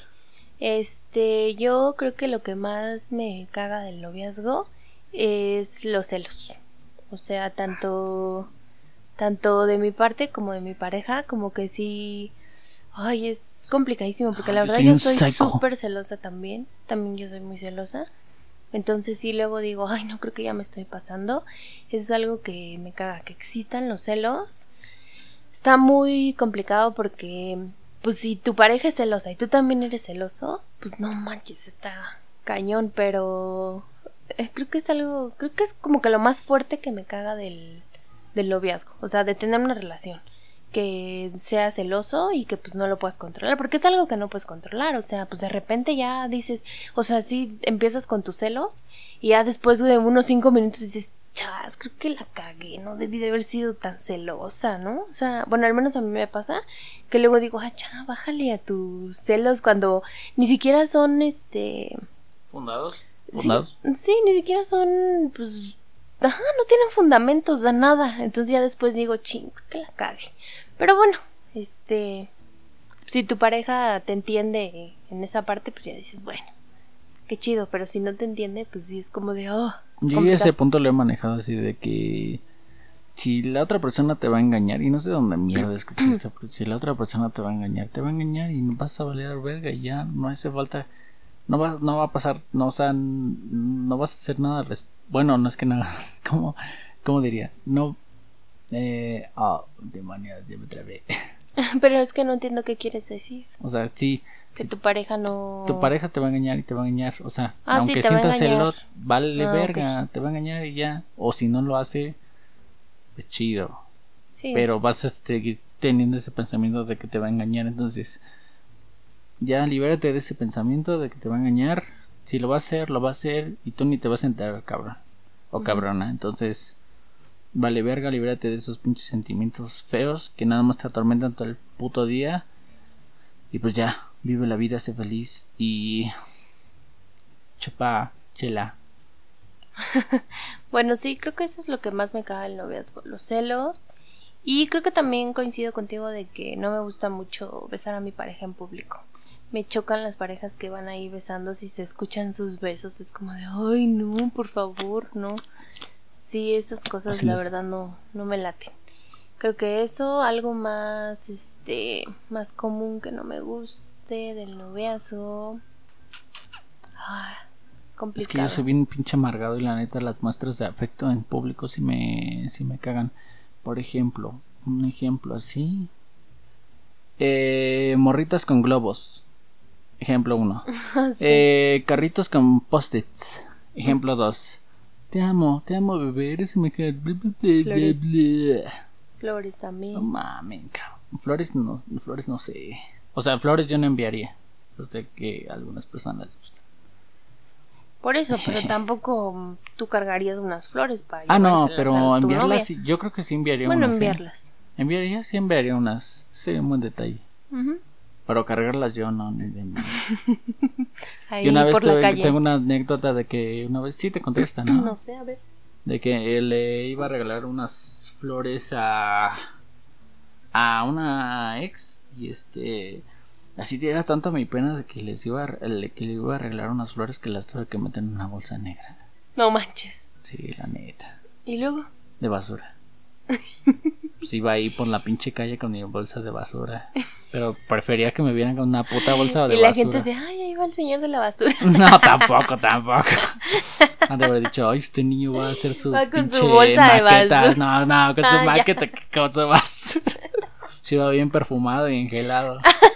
Yo creo que lo que más me caga del noviazgo es los celos. O sea, tanto de mi parte como de mi pareja, como que sí. Ay, es complicadísimo porque la verdad yo soy súper celosa también. También yo soy muy celosa. Entonces sí, luego digo, ay, no creo que ya me estoy pasando. Eso es algo que me caga, que existan los celos. Está muy complicado porque, pues si tu pareja es celosa y tú también eres celoso, pues no manches, está cañón, pero creo que es como que lo más fuerte que me caga del noviazgo, o sea, de tener una relación, que sea celoso y que pues no lo puedas controlar, porque es algo que no puedes controlar, o sea, pues de repente ya dices, o sea, sí empiezas con tus celos y ya después de unos 5 minutos dices, chas, creo que la cagué, no debí de haber sido tan celosa, ¿no? O sea, bueno, al menos a mí me pasa que luego digo, bájale a tus celos cuando ni siquiera son, ¿Fundados? Sí, ni siquiera son, pues, no tienen fundamentos de nada, entonces ya después digo, ching, creo que la cagué. Pero bueno, si tu pareja te entiende en esa parte, pues ya dices, bueno, qué chido, pero si no te entiende, pues sí es como de, yo a ese punto lo he manejado así de que si la otra persona te va a engañar, y no sé dónde mierda escuché esto, pero si la otra persona te va a engañar y no vas a valer verga y ya no hace falta, no va a pasar, no, o sea, no vas a hacer nada, bueno, no es que nada, ¿cómo diría? No, demonios, ya me trabé. Pero es que no entiendo qué quieres decir. O sea, sí. Que tu pareja no... Tu pareja te va a engañar y te va a engañar. O sea, sí, aunque sientas celos, vale verga, okay. te va a engañar y ya. O si no lo hace, es chido. Sí. Pero vas a seguir teniendo ese pensamiento de que te va a engañar. Entonces, ya libérate de ese pensamiento de que te va a engañar. Si lo va a hacer, lo va a hacer. Y tú ni te vas a enterar, cabrón. O cabrona. Entonces, vale verga, libérate de esos pinches sentimientos feos que nada más te atormentan todo el puto día. Y pues ya, vive la vida, sé feliz y chupa chela. Bueno, sí, creo que eso es lo que más me caga del noviazgo, los celos. Y creo que también coincido contigo de que no me gusta mucho besar a mi pareja en público. Me chocan las parejas que van ahí besando, si se escuchan sus besos, es como de, ay no, por favor, no. Sí, esas cosas así la verdad no me laten. Creo que eso, algo más, más común que no me guste del noviazgo. Complicado. Es que yo soy bien pinche amargado y la neta las muestras de afecto en público sí me cagan. Por ejemplo, un ejemplo así. Morritas con globos. Ejemplo 1. Sí. Carritos con post-its. Ejemplo 2. Te amo, bebé, eres mi mujer. Flores también. No mames, cabrón. Flores no sé. O sea, flores yo no enviaría. Yo sé que a algunas personas les gustan. Por eso, pero tampoco tú cargarías unas flores para no, pero enviarlas sí, yo creo que sí enviaría unas. Bueno, enviarlas. Sí enviaría unas. Sería un buen detalle. Pero cargarlas yo no. Ahí y una vez por la calle. Tengo una anécdota de que una vez sí te contesta, ¿no? No sé, a ver. De que él le iba a regalar unas flores a una ex y así era tanta mi pena de que le iba a regalar unas flores que las tuve que meter en una bolsa negra. No manches. Sí, la neta. ¿Y luego? De basura. pues iba ahí por la pinche calle con mi bolsa de basura. Pero prefería que me vieran con una puta bolsa de basura. Y la gente de, ay, ahí va el señor de la basura. No, tampoco. Han de haber dicho, ay, este niño va a hacer su va con pinche su bolsa maqueta. de basura. No, con su ya. maqueta, con su basura. Sí, va bien perfumado y engelado.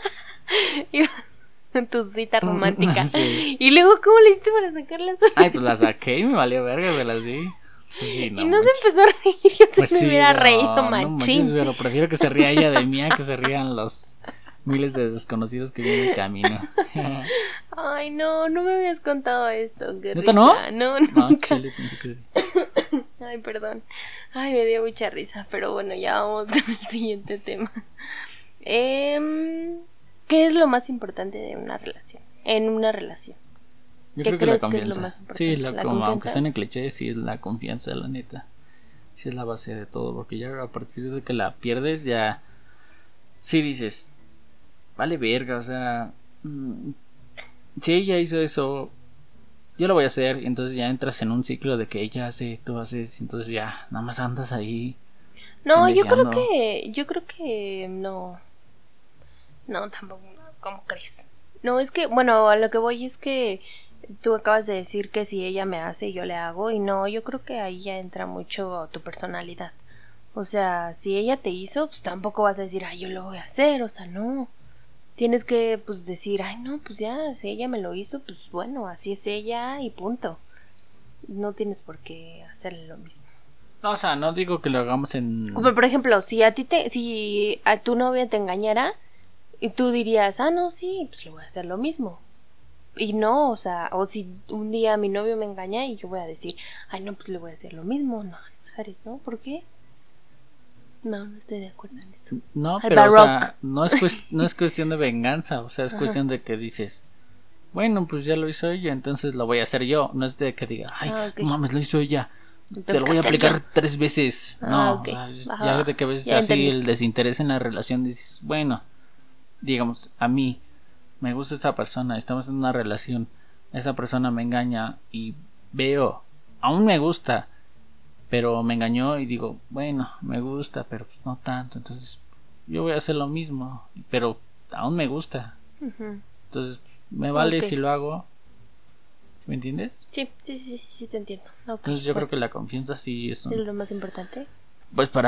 Tu cita romántica. Sí. Y luego, ¿cómo le hiciste para sacar la suya? Ay, pues la saqué y me valió verga, me la di. Sí, y no se empezó a reír, yo pues se me hubiera reído machín. Manches, pero prefiero que se ría ella de mí a que se rían los miles de desconocidos que vienen en el camino. Ay, no me habías contado esto. Qué ¿Neta risa. no? No, No, nunca. chile, pensé que... Ay, perdón. Ay, me dio mucha risa, pero bueno, ya vamos con el siguiente tema. ¿Qué es lo más importante de una relación? En una relación. Yo ¿Qué creo que la crees que es confianza. lo más importante? Sí, ¿La como aunque confianza? suene cliché, sí es la confianza, la neta. Sí es la base de todo, porque ya a partir de que la pierdes, ya sí dices, vale verga, o sea, si ella hizo eso, yo lo voy a hacer, y entonces ya entras en un ciclo de que ella hace, tú haces, entonces ya nada más andas ahí. No, yo pendejeando. creo que no. No, tampoco, no, ¿cómo crees? No, es que, bueno, a lo que voy es que tú acabas de decir que si ella me hace, yo le hago, y no, yo creo que ahí ya entra mucho tu personalidad. O sea, si ella te hizo, pues tampoco vas a decir, ay, yo lo voy a hacer, o sea, no. Tienes que, pues, decir, ay, no, pues ya, si ella me lo hizo, pues bueno, así es ella y punto. No tienes por qué hacerle lo mismo. No, o sea, no digo que lo hagamos en... Como, por ejemplo, si a tu novia te engañara, y tú dirías, ah, no, sí, pues le voy a hacer lo mismo. Y no, o sea, o si un día mi novio me engaña y yo voy a decir, ay, no, pues le voy a hacer lo mismo. No, ¿sabes, no? ¿Por qué? No estoy de acuerdo en eso. No, Al pero o Barrock. sea, no es cuestión de venganza, o sea, es cuestión de que dices, bueno, pues ya lo hizo ella, entonces lo voy a hacer yo. No es de que diga, ay, Ok. no mames, lo hizo ella, Lo te tengo lo que voy a hacer aplicar yo. 3 veces. No, Ok. o sea, Ajá. ya de que ves Ya así entendí. el desinterés en la relación, dices, bueno, digamos, a mí me gusta esta persona, estamos en una relación, esa persona me engaña y veo, aún me gusta, pero me engañó y digo, bueno, me gusta, pero pues no tanto, entonces yo voy a hacer lo mismo, pero aún me gusta, Ujú. entonces me vale Ok. si lo hago, ¿sí me entiendes? Sí, te entiendo. Ok, Entonces yo bueno, creo que la confianza sí es es lo más importante. pues para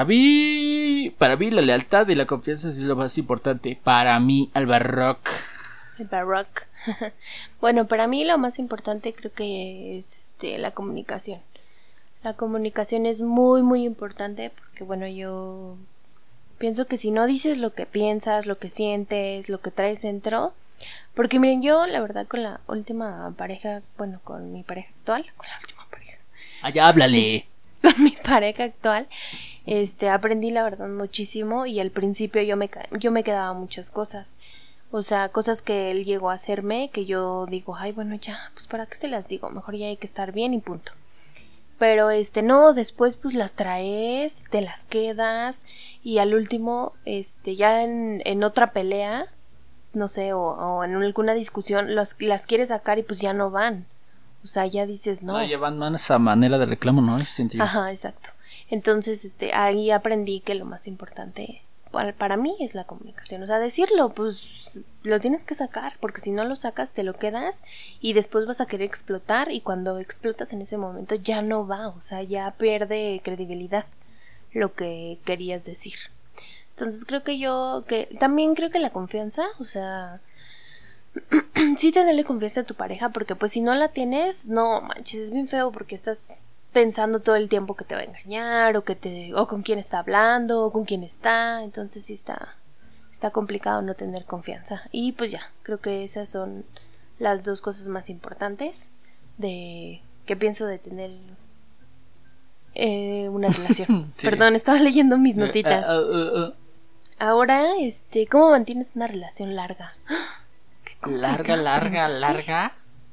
mí la lealtad y la confianza sí es lo más importante, para mí, Albarrock. El Barrock. Bueno, para mí lo más importante creo que es la comunicación. La comunicación es muy, muy importante porque, bueno, yo pienso que si no dices lo que piensas, lo que sientes, lo que traes dentro, porque miren, yo la verdad con la última pareja, bueno, con mi pareja actual, con la última pareja, Allá háblale. con mi pareja actual, aprendí la verdad muchísimo y al principio yo me quedaba muchas cosas. O sea, cosas que él llegó a hacerme que yo digo, ay, bueno, ya, pues para qué se las digo, mejor ya hay que estar bien y punto. Pero no, después pues las traes, te las quedas y al último, ya en otra pelea, no sé, o en alguna discusión, las quieres sacar y pues ya no van. O sea, ya dices, no. No llevan más esa manera de reclamo, ¿no? Es sencillo. Ajá, exacto. Entonces, ahí aprendí que lo más importante para mí es la comunicación. O sea, decirlo, pues lo tienes que sacar, porque si no lo sacas te lo quedas y después vas a querer explotar y cuando explotas en ese momento ya no va, o sea, ya pierde credibilidad lo que querías decir. Entonces también creo que la confianza, o sea, sí tenerle confianza a tu pareja, porque pues si no la tienes, no manches, es bien feo porque estás pensando todo el tiempo que te va a engañar o con quién está hablando o con quién está, entonces sí está complicado no tener confianza. Y pues ya, creo que esas son las dos cosas más importantes de que pienso de tener una relación. Sí. Perdón, estaba leyendo mis notitas. Ahora, ¿cómo mantienes una relación larga? Qué complicada pregunta, ¿sí? Larga.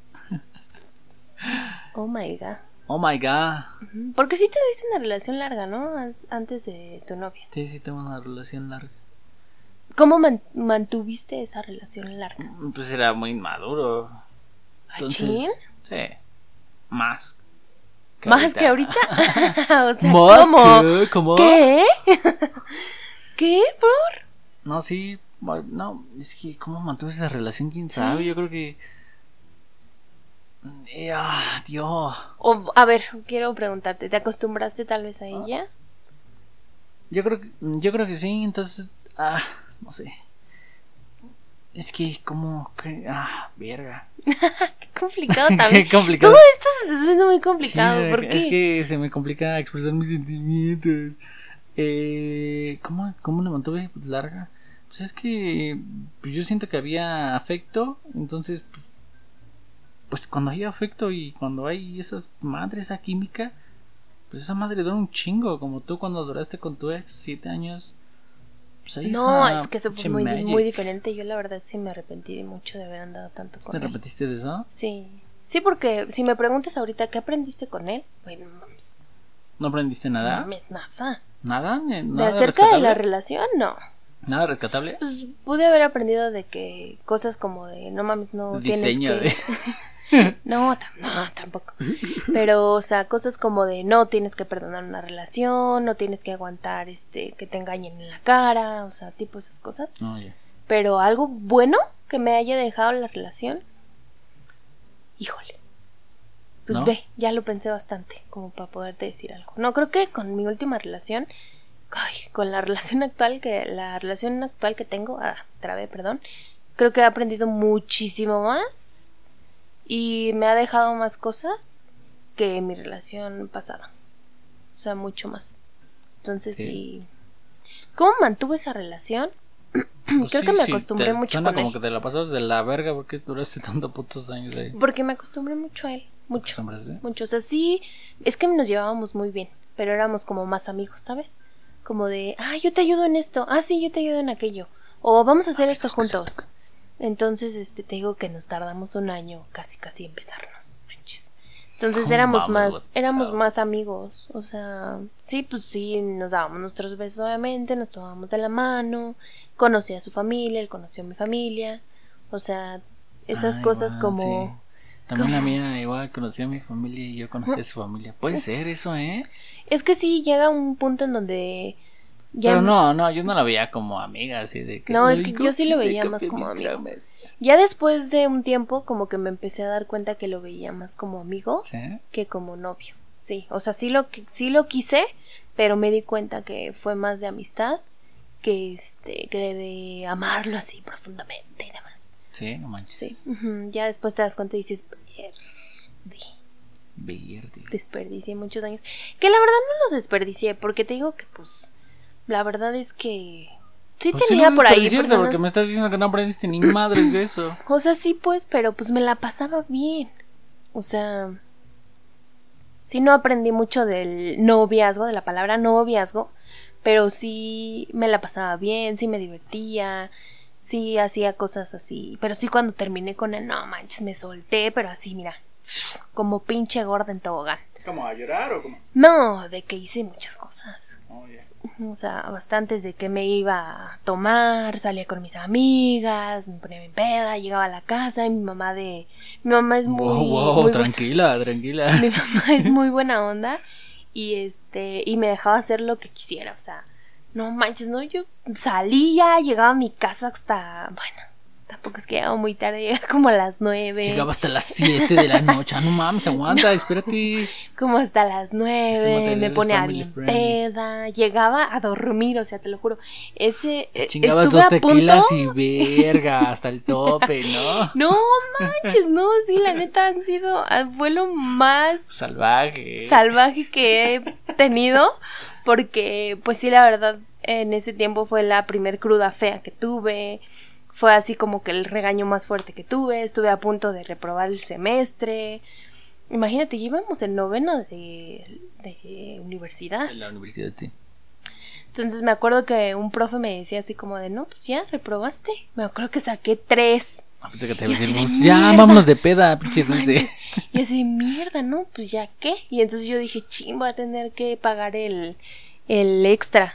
Oh my god. Oh my god. Porque sí te viste una relación larga, ¿no? Antes de tu novia. Sí, tengo una relación larga. ¿Cómo mantuviste esa relación larga? Pues era muy inmaduro. Entonces, ¿Achín? sí. Más ¿Más que ahorita? O sea, ¿Más ¿cómo? qué? ¿Cómo? ¿Qué? ¿Qué? ¿Por? No, sí, no, es que cómo mantuve esa relación, quién sabe, Sí. yo creo que... Dios. O, a ver, quiero preguntarte, ¿te acostumbraste tal vez a ella? Yo creo que sí, entonces, no sé. Es que como que, verga. Qué complicado también. Qué complicado. Todo esto se está haciendo muy complicado, Sí, ¿por qué? es que se me complica expresar mis sentimientos. ¿Cómo la mantuve larga? Pues es que pues yo siento que había afecto, entonces pues cuando hay afecto y cuando hay esas madres, esa química, pues esa madre dura un chingo, como tú cuando duraste con tu ex 7 años. Pues hay No, esa es que eso fue pinche muy, magic. muy diferente. Yo la verdad sí me arrepentí de mucho de haber andado tanto con ¿Te él. repetiste de eso? Sí. Sí, porque si me preguntas ahorita qué aprendiste con él, bueno, mames, ¿No aprendiste no nada? mames, nada. ¿Nada? De ¿Nada acerca de rescatable? la relación, no. ¿Nada rescatable? Pues pude haber aprendido de que cosas como de no mames, no Diseño tienes que no, tampoco. Pero, o sea, cosas como de no tienes que perdonar una relación, no tienes que aguantar que te engañen en la cara, o sea, tipo esas cosas. No, ya. Pero algo bueno que me haya dejado la relación, híjole. Pues ¿No? ve, ya lo pensé bastante como para poderte decir algo. No, creo que con mi última relación, con la relación actual que tengo, trabé, perdón, creo que he aprendido muchísimo más y me ha dejado más cosas que mi relación pasada. O sea, mucho más. Entonces sí. ¿Cómo mantuve esa relación? Pues Creo sí, que me sí, acostumbré mucho suena con como él. que te la pasas de la verga porque duraste tanto putos años ahí. Porque me acostumbré mucho a él. Mucho. ¿Acostumbraste? Mucho. O sea, sí, es que nos llevábamos muy bien, pero éramos como más amigos, ¿sabes? Como de, yo te ayudo en esto. Sí, yo te ayudo en aquello. O vamos a hacer esto juntos. Entonces, te digo que nos tardamos un año casi en empezarnos. Manches. Entonces éramos más amigos. O sea, sí, pues sí, nos dábamos nuestros besos, obviamente, nos tomábamos de la mano. Conocí a su familia, él conoció a mi familia. O sea, esas cosas igual, como... sí. También la mía igual conocí a mi familia y yo conocí a su familia. Puede ser eso, ¿eh? Es que sí llega un punto en donde ya... Pero no, yo no la veía como amiga, así de que... No, es que yo sí lo veía más como amigo. Ya después de un tiempo como que me empecé a dar cuenta que lo veía más como amigo, ¿Sí? que como novio. Sí, o sea, sí lo quise, pero me di cuenta que fue más de amistad que de amarlo así profundamente y demás. Sí, no manches. Sí. Ya después te das cuenta y dices, Verde. desperdicié muchos años. Que la verdad no los desperdicié, porque te digo que pues la verdad es que sí Pues tenía sí, por ahí personas... porque me estás diciendo que no aprendiste ni madres de eso. O sea, sí pues, pero pues me la pasaba bien. O sea, sí no aprendí mucho del noviazgo, de la palabra noviazgo, pero sí me la pasaba bien, sí me divertía, sí hacía cosas así. Pero sí cuando terminé con él, no manches, me solté, pero así, mira, como pinche gorda en tobogán. ¿Cómo, a llorar o cómo? No, de que hice muchas cosas. Oh, yeah. O sea, bastantes de que me iba a tomar, salía con mis amigas, me ponía en peda, llegaba a la casa y mi mamá es muy... Wow, muy tranquila. Mi mamá es muy buena onda y y me dejaba hacer lo que quisiera, o sea, no manches, no, yo salía, llegaba a mi casa hasta, bueno, tampoco es que llegaba muy tarde, llegaba como a las 9. Llegaba hasta las 7 de la noche. No mames, aguanta, espérate. Como hasta las 9, me ponía bien friendly. peda, llegaba a dormir, o sea, te lo juro. Chingabas estuve 2 a tequilas punto. y verga, hasta el tope, ¿no? No manches, no, sí, la neta fue lo más salvaje que he tenido, porque pues sí, la verdad, en ese tiempo fue la primer cruda fea que tuve. Fue así como que el regaño más fuerte que tuve. Estuve a punto de reprobar el semestre. Imagínate, íbamos en noveno de universidad. En la universidad, sí. Entonces me acuerdo que un profe me decía así como de, no, pues ya, reprobaste. Me acuerdo que saqué 3. Pensé que te iba a decir, ya, vámonos de peda, pinche dulce. Y así, mierda, ¿no? Pues ya, ¿qué? Y entonces yo dije, ching, voy a tener que pagar el extra.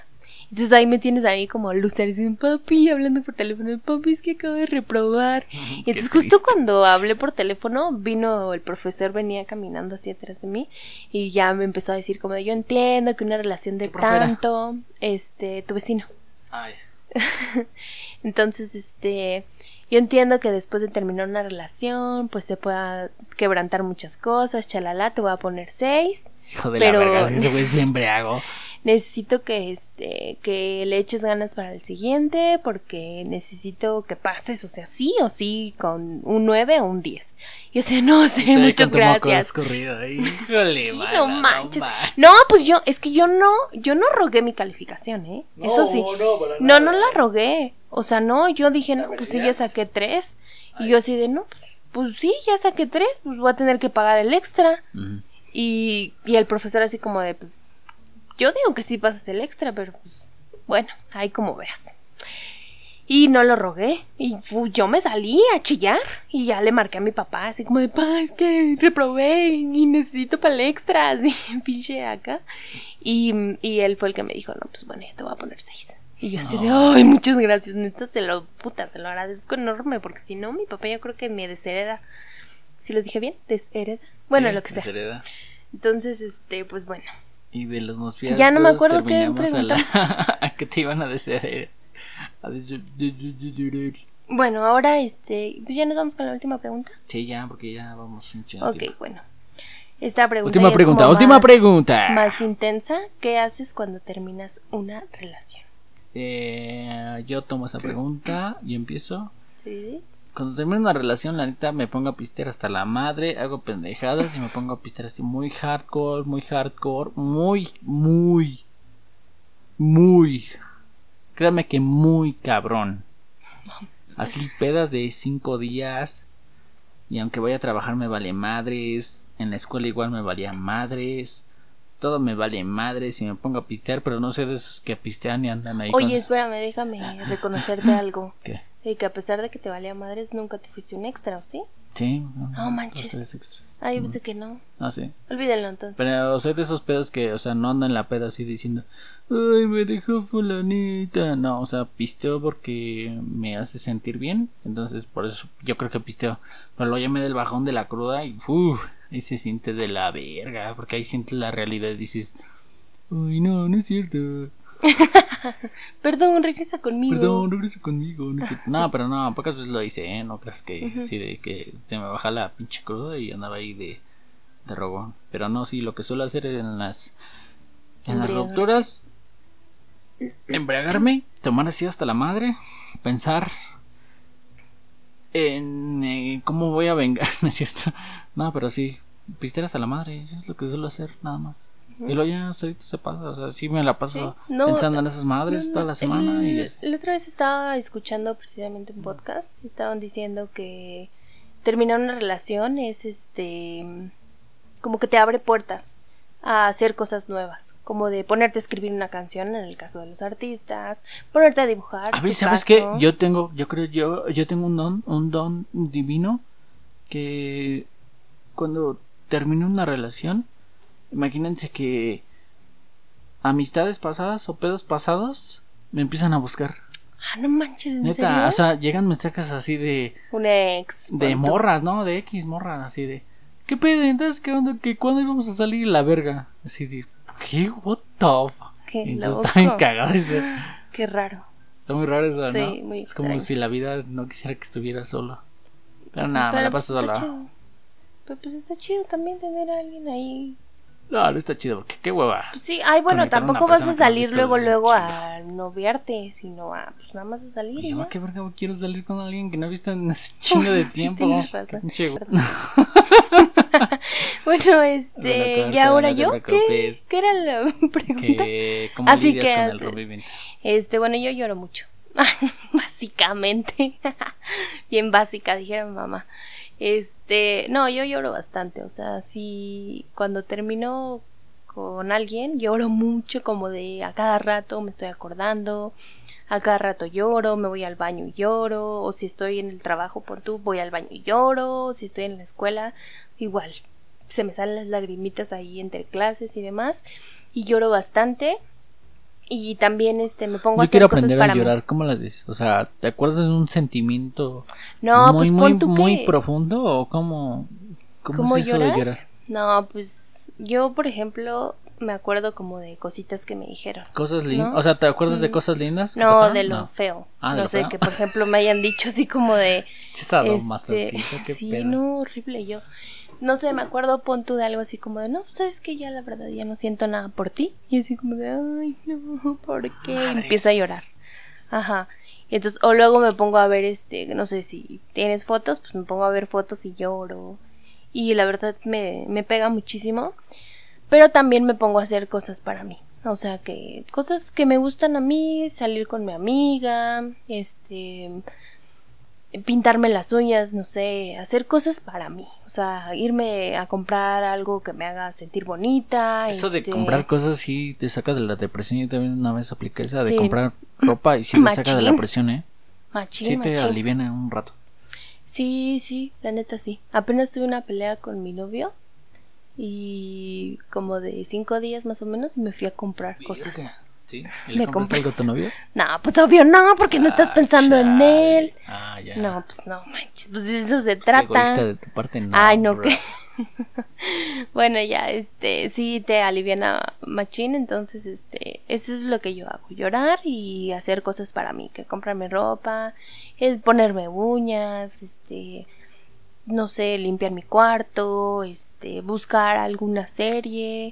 Entonces ahí me tienes ahí como loser diciendo, papi, hablando por teléfono, papi, es que acabo de reprobar. Y entonces justo cuando hablé por teléfono, vino el profesor, venía caminando así atrás de mí y ya me empezó a decir como de, yo entiendo que una relación de tanto, tu vecino. Ay. Entonces, yo entiendo que después de terminar una relación, pues se pueda quebrantar muchas cosas, chalala, te voy a poner 6. Hijo de la verga, si ese güey siempre hago. Necesito que que le eches ganas para el siguiente, porque necesito que pases, o sea, sí o sí, con un 9 o un 10. Yo sé, no sé, muchas gracias. Híjole, sí, no manches. No, pues es que yo no rogué mi calificación, ¿eh? No, eso sí. No la rogué. O sea, no, yo dije, no, pues sí, ya saqué 3. Y yo así de, no, pues sí, ya saqué 3, pues voy a tener que pagar el extra. Y el profesor así como de, pues, yo digo que sí pasas el extra, pero pues, bueno, ahí como veas. Y no lo rogué. Y yo me salí a chillar. Y ya le marqué a mi papá, así como de, pa, es que reprobé y necesito para el extra. Así, pinche acá. Y él fue el que me dijo, no, pues bueno, ya te voy a poner 6. Y yo así de, ay, muchas gracias, neta, se lo agradezco enorme. Porque si no, mi papá yo creo que me deshereda. ¿Sí lo dije bien? Deshereda. Bueno, sí, lo que sea. Deshereda. Entonces, pues bueno. Y de los noviazgos ya no me acuerdo qué preguntamos. ¿A qué te iban a desheredar? Bueno, ahora pues ya nos vamos con la última pregunta. Sí, ya, porque ya vamos un chingo. Ok, bueno. Esta pregunta última pregunta. Más intensa. ¿Qué haces cuando terminas una relación? Yo tomo esa pregunta y empiezo. Sí. Cuando termino una relación, la neta, me pongo a pistear hasta la madre, hago pendejadas y me pongo a pistear así muy hardcore, muy, créanme que muy cabrón. Así pedas de 5 días y aunque vaya a trabajar me vale madres, en la escuela igual me valía madres, todo me vale madres y me pongo a pistear, pero no sé de esos que pistean y andan ahí. Oye, espérame, déjame reconocerte algo. ¿Qué? De que a pesar de que te valía madres, nunca te fuiste un extra, ¿o sí? Sí. No manches. Yo pensé que no. Ah, sí. Olvídalo entonces. Pero soy de esos pedos que, o sea, no ando en la peda así diciendo, ay, me dejó fulanita. No, o sea, pisteo porque me hace sentir bien. Entonces, por eso yo creo que pisteo. Pero luego ya me da el bajón de la cruda y ahí se siente de la verga. Porque ahí sientes la realidad y dices, ay, no es cierto. Perdón, regresa conmigo. No, pero no, pocas veces lo hice, ¿eh? No creas que sí, de que se me baja la pinche cruda y andaba ahí de rogón. Pero no, sí, lo que suelo hacer en las rupturas, embriagarme, tomar así hasta la madre, pensar en cómo voy a vengar, ¿no es cierto? No, pero sí, pistear hasta la madre, es lo que suelo hacer, nada más. Y luego ya ahorita se pasa, o sea, sí me la paso pensando en esas madres toda la semana. La otra vez estaba escuchando precisamente un podcast, estaban diciendo que terminar una relación es como que te abre puertas a hacer cosas nuevas, como de ponerte a escribir una canción en el caso de los artistas, ponerte a dibujar. A ver, ¿sabes qué? Yo tengo un don divino que cuando termino una relación, imagínense que amistades pasadas o pedos pasados me empiezan a buscar. Ah, no manches, ¿en neta, serio? O sea, llegan mensajes así de un ex, de morras, ¿no? De X morras, así de ¿qué pedo? Entonces, ¿qué onda? ¿Que cuándo íbamos a salir la verga? Así de ¿qué? What the fuck? Qué entonces loco. está bien cagado eso. Qué raro. Está muy raro eso, sí, ¿no? Muy es extraño. como si la vida no quisiera que estuviera solo. Pero nada, me la paso sola. Pero pues está chido también tener a alguien ahí. No está chido, porque qué hueva. Pues sí, bueno, tampoco vas a salir luego a noviarte, sino a, pues nada más a salir. Y yo, ¿qué verga quiero salir con alguien que no he visto en ese chingo de tiempo? Bueno, y ahora yo, ¿qué era la pregunta? ¿Cómo lidias con el rompimiento? Bueno, yo lloro mucho. Básicamente. Bien básica, dije mi mamá. No, yo lloro bastante, o sea, sí, cuando termino con alguien, lloro mucho, como de a cada rato me estoy acordando, a cada rato lloro, me voy al baño y lloro, o si estoy en el trabajo, voy al baño y lloro, o si estoy en la escuela, igual, se me salen las lagrimitas ahí entre clases y demás, y lloro bastante. Y también me pongo a Yo hacer quiero cosas aprender para a mí. llorar, ¿cómo las dices? O sea, ¿te acuerdas de un sentimiento No, muy, pues muy, pon tú muy que... profundo o cómo ¿Cómo es eso de lloras? llorar? No, pues yo, por ejemplo, me acuerdo como de cositas que me dijeron. Cosas lindas, ¿No? o sea, ¿te acuerdas de cosas lindas que No, pasaron? de lo No. feo. Ah, ¿de No lo sé, feo? que por ejemplo me hayan dicho así como de... Sadomasoquista, qué sí, pedo. no, horrible yo. No sé, me acuerdo, pon tú de algo así como de, no, sabes que ya la verdad ya no siento nada por ti. Y así como de, ay, no, ¿por qué? Y empiezo a llorar. Ajá. Y entonces, o luego me pongo a ver, no sé, si tienes fotos, pues me pongo a ver fotos y lloro. Y la verdad me pega muchísimo. Pero también me pongo a hacer cosas para mí. O sea, que cosas que me gustan a mí, salir con mi amiga, pintarme las uñas, no sé, hacer cosas para mí. O sea, irme a comprar algo que me haga sentir bonita. Eso de comprar cosas sí te saca de la depresión. Yo también una vez apliqué esa de Sí. comprar ropa y sí te saca de la Machín. presión, ¿eh? Machín, Sí te machín. aliviana un rato. Sí, la neta sí. Apenas tuve una pelea con mi novio. Y como de 5 días más o menos y me fui a comprar cosas. ¿Sí? ¿Y Me le compraste compré- algo a tu novio? No, pues obvio no, porque no estás pensando en chale. él. Ah, ya. No, pues no manches, pues de eso se Qué trata. egoísta de tu parte, no. Ay, no, bro. que bueno, ya, sí te aliviana machín, entonces, eso es lo que yo hago, llorar y hacer cosas para mí, que comprarme ropa, ponerme uñas, no sé, limpiar mi cuarto, buscar alguna serie,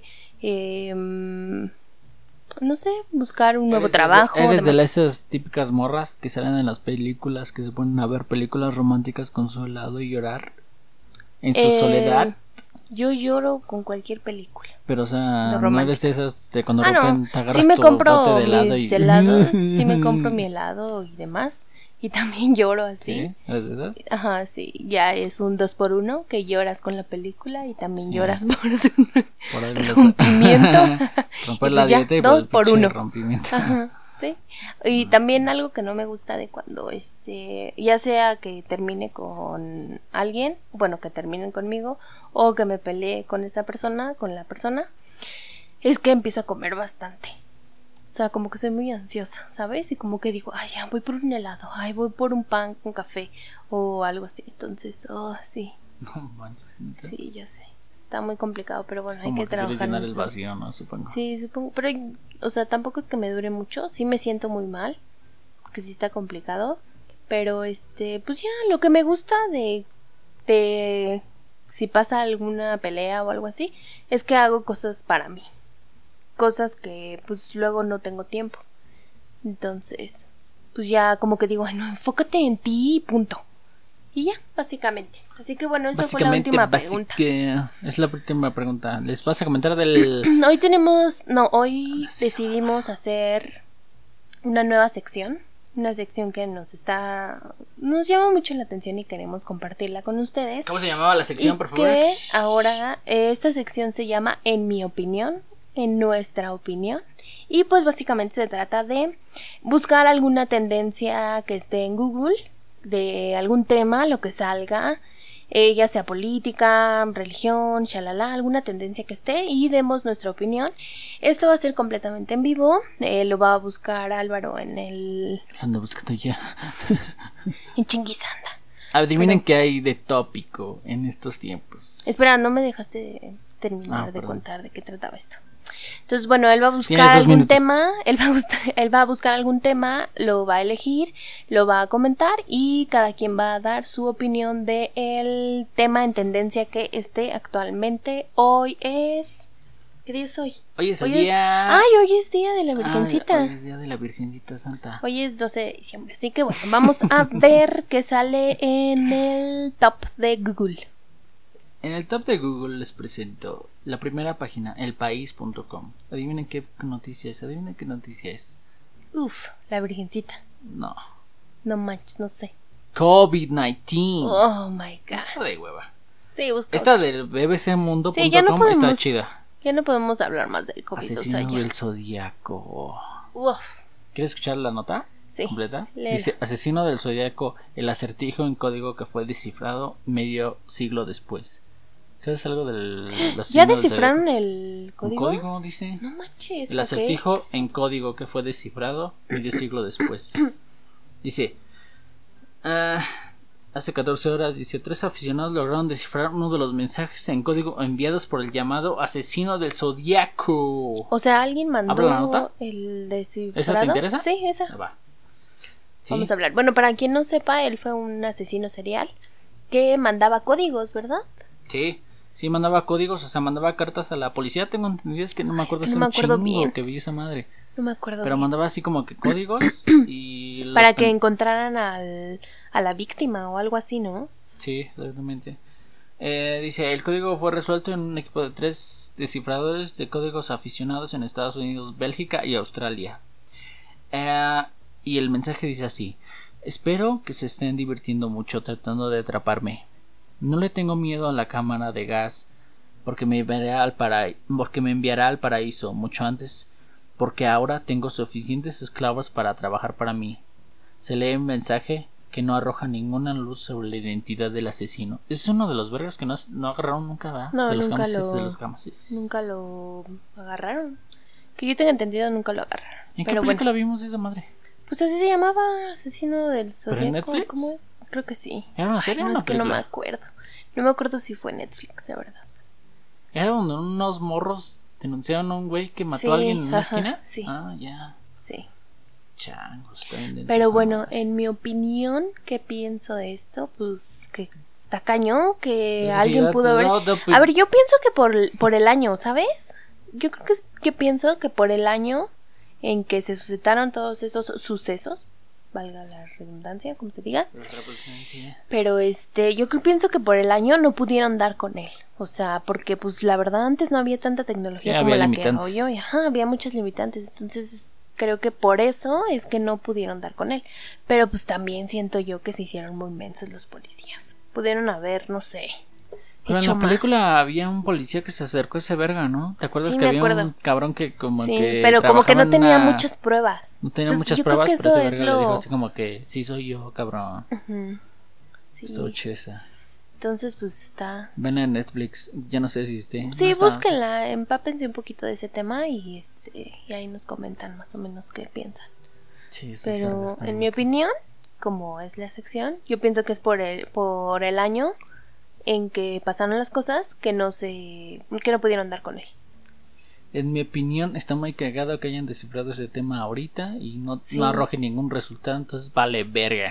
no sé, buscar un nuevo trabajo. Eres de demás. esas típicas morras que salen en las películas, que se ponen a ver películas románticas con su helado y llorar en su soledad. Yo lloro con cualquier película. Pero, o sea, No no eres romántica. de esas de cuando Ah, de no, repente agarras sí me tu compro bote de helado mis y... helados, sí me compro mi helado y demás, y también lloro así. ¿Sí? ¿Eres de esas? Ajá, sí, ya es un 2x1 que lloras con la película y también Sí. lloras por Por ahí los... rompimiento. Romper Y la pues ya, dieta y por el 2x1. pinche rompimiento. Ajá, sí. Y también algo que no me gusta de cuando ya sea que termine con alguien, bueno, que terminen conmigo o que me pelee con esa persona, con la persona, es que empiezo a comer bastante. O sea, como que soy muy ansiosa, ¿sabes? Y como que digo, ay, ya voy por un helado, ay, voy por un pan con café o algo así. Entonces, sí, No manches. ¿neta? sí, ya sé. Está muy complicado, pero bueno, hay Como que quieres trabajar en llenar el eso. vacío, ¿no? Supongo. Sí, supongo, pero, o sea, tampoco es que me dure mucho, sí me siento muy mal, que sí está complicado, pero pues ya, lo que me gusta de si pasa alguna pelea o algo así, es que hago cosas para mí, cosas que pues luego no tengo tiempo, entonces, pues ya como que digo, ay, no, enfócate en ti, punto. Y ya, básicamente. Así que bueno, esa fue la última pregunta. Es la última pregunta. ¿Les vas a comentar del...? Hoy decidimos hacer una nueva sección. Una sección que nos llama mucho la atención y queremos compartirla con ustedes. ¿Cómo se llamaba la sección, Y por favor? que ahora esta sección se llama En mi opinión, en nuestra opinión. Y pues básicamente se trata de buscar alguna tendencia que esté en Google, de algún tema, lo que salga, ya sea política, religión, shalala, alguna tendencia que esté y demos nuestra opinión. Esto va a ser completamente en vivo, lo va a buscar Álvaro en Ando buscando ya. en Chinguizanda. Adivinen qué hay de tópico en estos tiempos. Espera, no me dejaste terminar de perdón. contar de qué trataba esto. Entonces, bueno, él va a buscar Tienes 2 algún minutos. tema, él va a buscar algún tema, lo va a elegir, lo va a comentar y cada quien va a dar su opinión de el tema en tendencia que esté actualmente. Hoy es... ¿Qué día es hoy? Hoy es el día... Hoy es día de la Virgencita. Hoy es día de la Virgencita Santa. Hoy es 12 de diciembre, así que bueno, vamos a ver qué sale en el top de Google. En el top de Google les presento la primera página, elpaís.com. Adivinen qué noticia es. Uf, la Virgencita. No. No manches, no sé. COVID-19. Oh my god. Está de hueva. Sí, busca. Esta del bbcmundo.com Sí, ya no podemos. está chida. Ya no podemos hablar más del COVID. Asesino o sea, ya. del Zodíaco. Uf. ¿Quieres escuchar la nota? Sí. ¿Completa? Léela. Dice, asesino del Zodíaco, el acertijo en código que fue descifrado medio siglo después. ¿Sabes algo del ¿Ya asesino del descifraron Zodíaco? el código? Un código, dice. No manches. El acertijo en código que fue descifrado medio siglo después. Dice, hace 14 horas, dice, 3 aficionados lograron descifrar uno de los mensajes en código enviados por el llamado asesino del Zodíaco. O sea, alguien mandó ¿Habla la nota? el descifrado. ¿Esa te interesa? Sí, esa. Va. ¿Sí? Vamos a hablar. Bueno, para quien no sepa, él fue un asesino serial que mandaba códigos, ¿verdad? Sí, sí mandaba códigos, o sea, mandaba cartas a la policía. Tengo entendido, es que no me acuerdo, es que no me acuerdo bien. Que vi esa madre. No me acuerdo. Pero bien. mandaba así como que códigos y para que encontraran a la víctima o algo así, ¿no? Sí, exactamente. Dice, el código fue resuelto en un equipo de 3 descifradores de códigos aficionados en Estados Unidos, Bélgica y Australia. Y el mensaje dice así: espero que se estén divirtiendo mucho tratando de atraparme. No le tengo miedo a la cámara de gas porque me enviará al paraíso mucho antes, porque ahora tengo suficientes esclavos para trabajar para mí. Se lee un mensaje que no arroja ninguna luz sobre la identidad del asesino. Es uno de los vergas que no agarraron nunca, ¿verdad? No, de los nunca Gamases. Nunca lo agarraron. Que yo tenga entendido, nunca lo agarraron. ¿En qué película vimos esa madre? Pues así se llamaba, Asesino del Zodíaco. ¿Pero en Netflix? ¿Cómo es? Creo que sí. ¿Era una serie o una es que no película? me acuerdo. No me acuerdo si fue Netflix, la verdad. ¿Era donde unos morros denunciaron a un güey que mató a alguien en una esquina? Sí. Ah, ya. Sí. Changos, está bien denso Pero esa bueno, madre. en mi opinión, ¿qué pienso de esto? Pues que está cañón, que Pues alguien sí, pudo haber... A ver, yo pienso que por el año, ¿sabes? Yo creo que pienso que por el año en que se suscitaron todos esos sucesos, valga la redundancia, como se diga, pero yo pienso que por el año no pudieron dar con él, o sea, porque pues la verdad antes no había tanta tecnología como la que hay hoy, había muchas limitantes, entonces creo que por eso es que no pudieron dar con él, pero pues también siento yo que se hicieron muy mensos los policías, pudieron haber, no sé, pero en la película había un policía que se acercó a ese verga, ¿no? ¿Te acuerdas que había un cabrón que como que pero como que no tenía muchas pruebas. No tenía muchas pruebas, pero ese verga le dijo así como que sí soy yo, cabrón. Sí. Estuvo chesa. Entonces pues está... Ven en Netflix, ya no sé si esté. Sí, no búsquenla, empápense un poquito de ese tema y ahí nos comentan más o menos qué piensan. Sí, pero en mi opinión, como es la sección, yo pienso que es por el año en que pasaron las cosas que no pudieron dar con él. En mi opinión está muy cagado que hayan descifrado ese tema ahorita y no arroje ningún resultado, entonces vale verga.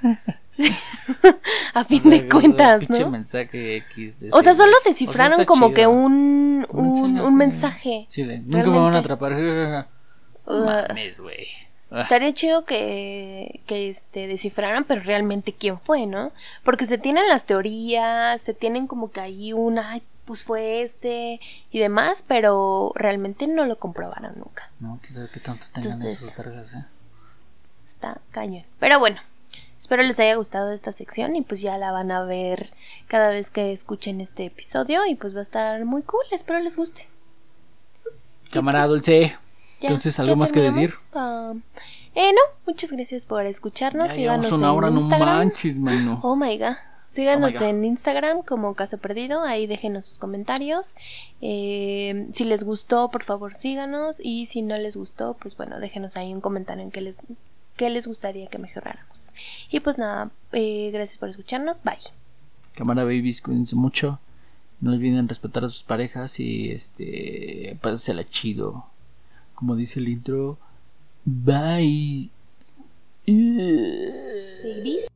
A fin de cuentas, ¿no? Mensaje X o sea, solo descifraron como que un mensaje. Sí, nunca me van a atrapar. Mames, güey. Estaría chido que descifraran, pero realmente quién fue, ¿no? Porque se tienen las teorías, se tienen como que ahí pues fue y demás, pero realmente no lo comprobaron nunca. No, quizás que tanto tengan esos vergas, Está cañón. Pero bueno, espero les haya gustado esta sección y pues ya la van a ver cada vez que escuchen este episodio y pues va a estar muy cool, espero les guste. Cámara Dulce. Entonces, ¿algo más que decir? No, muchas gracias por escucharnos. Ya síganos una hora, en Instagram. No manches, mano. Oh my god. Síganos en Instagram como Caso Perdido. Ahí déjenos sus comentarios. Si les gustó, por favor síganos. Y si no les gustó, pues bueno, déjenos ahí un comentario en qué les gustaría que mejoráramos. Y pues nada, gracias por escucharnos. Bye. Cámara babies, cuídense mucho. No olviden respetar a sus parejas y pásensela chido. Como dice el intro, bye. Babies.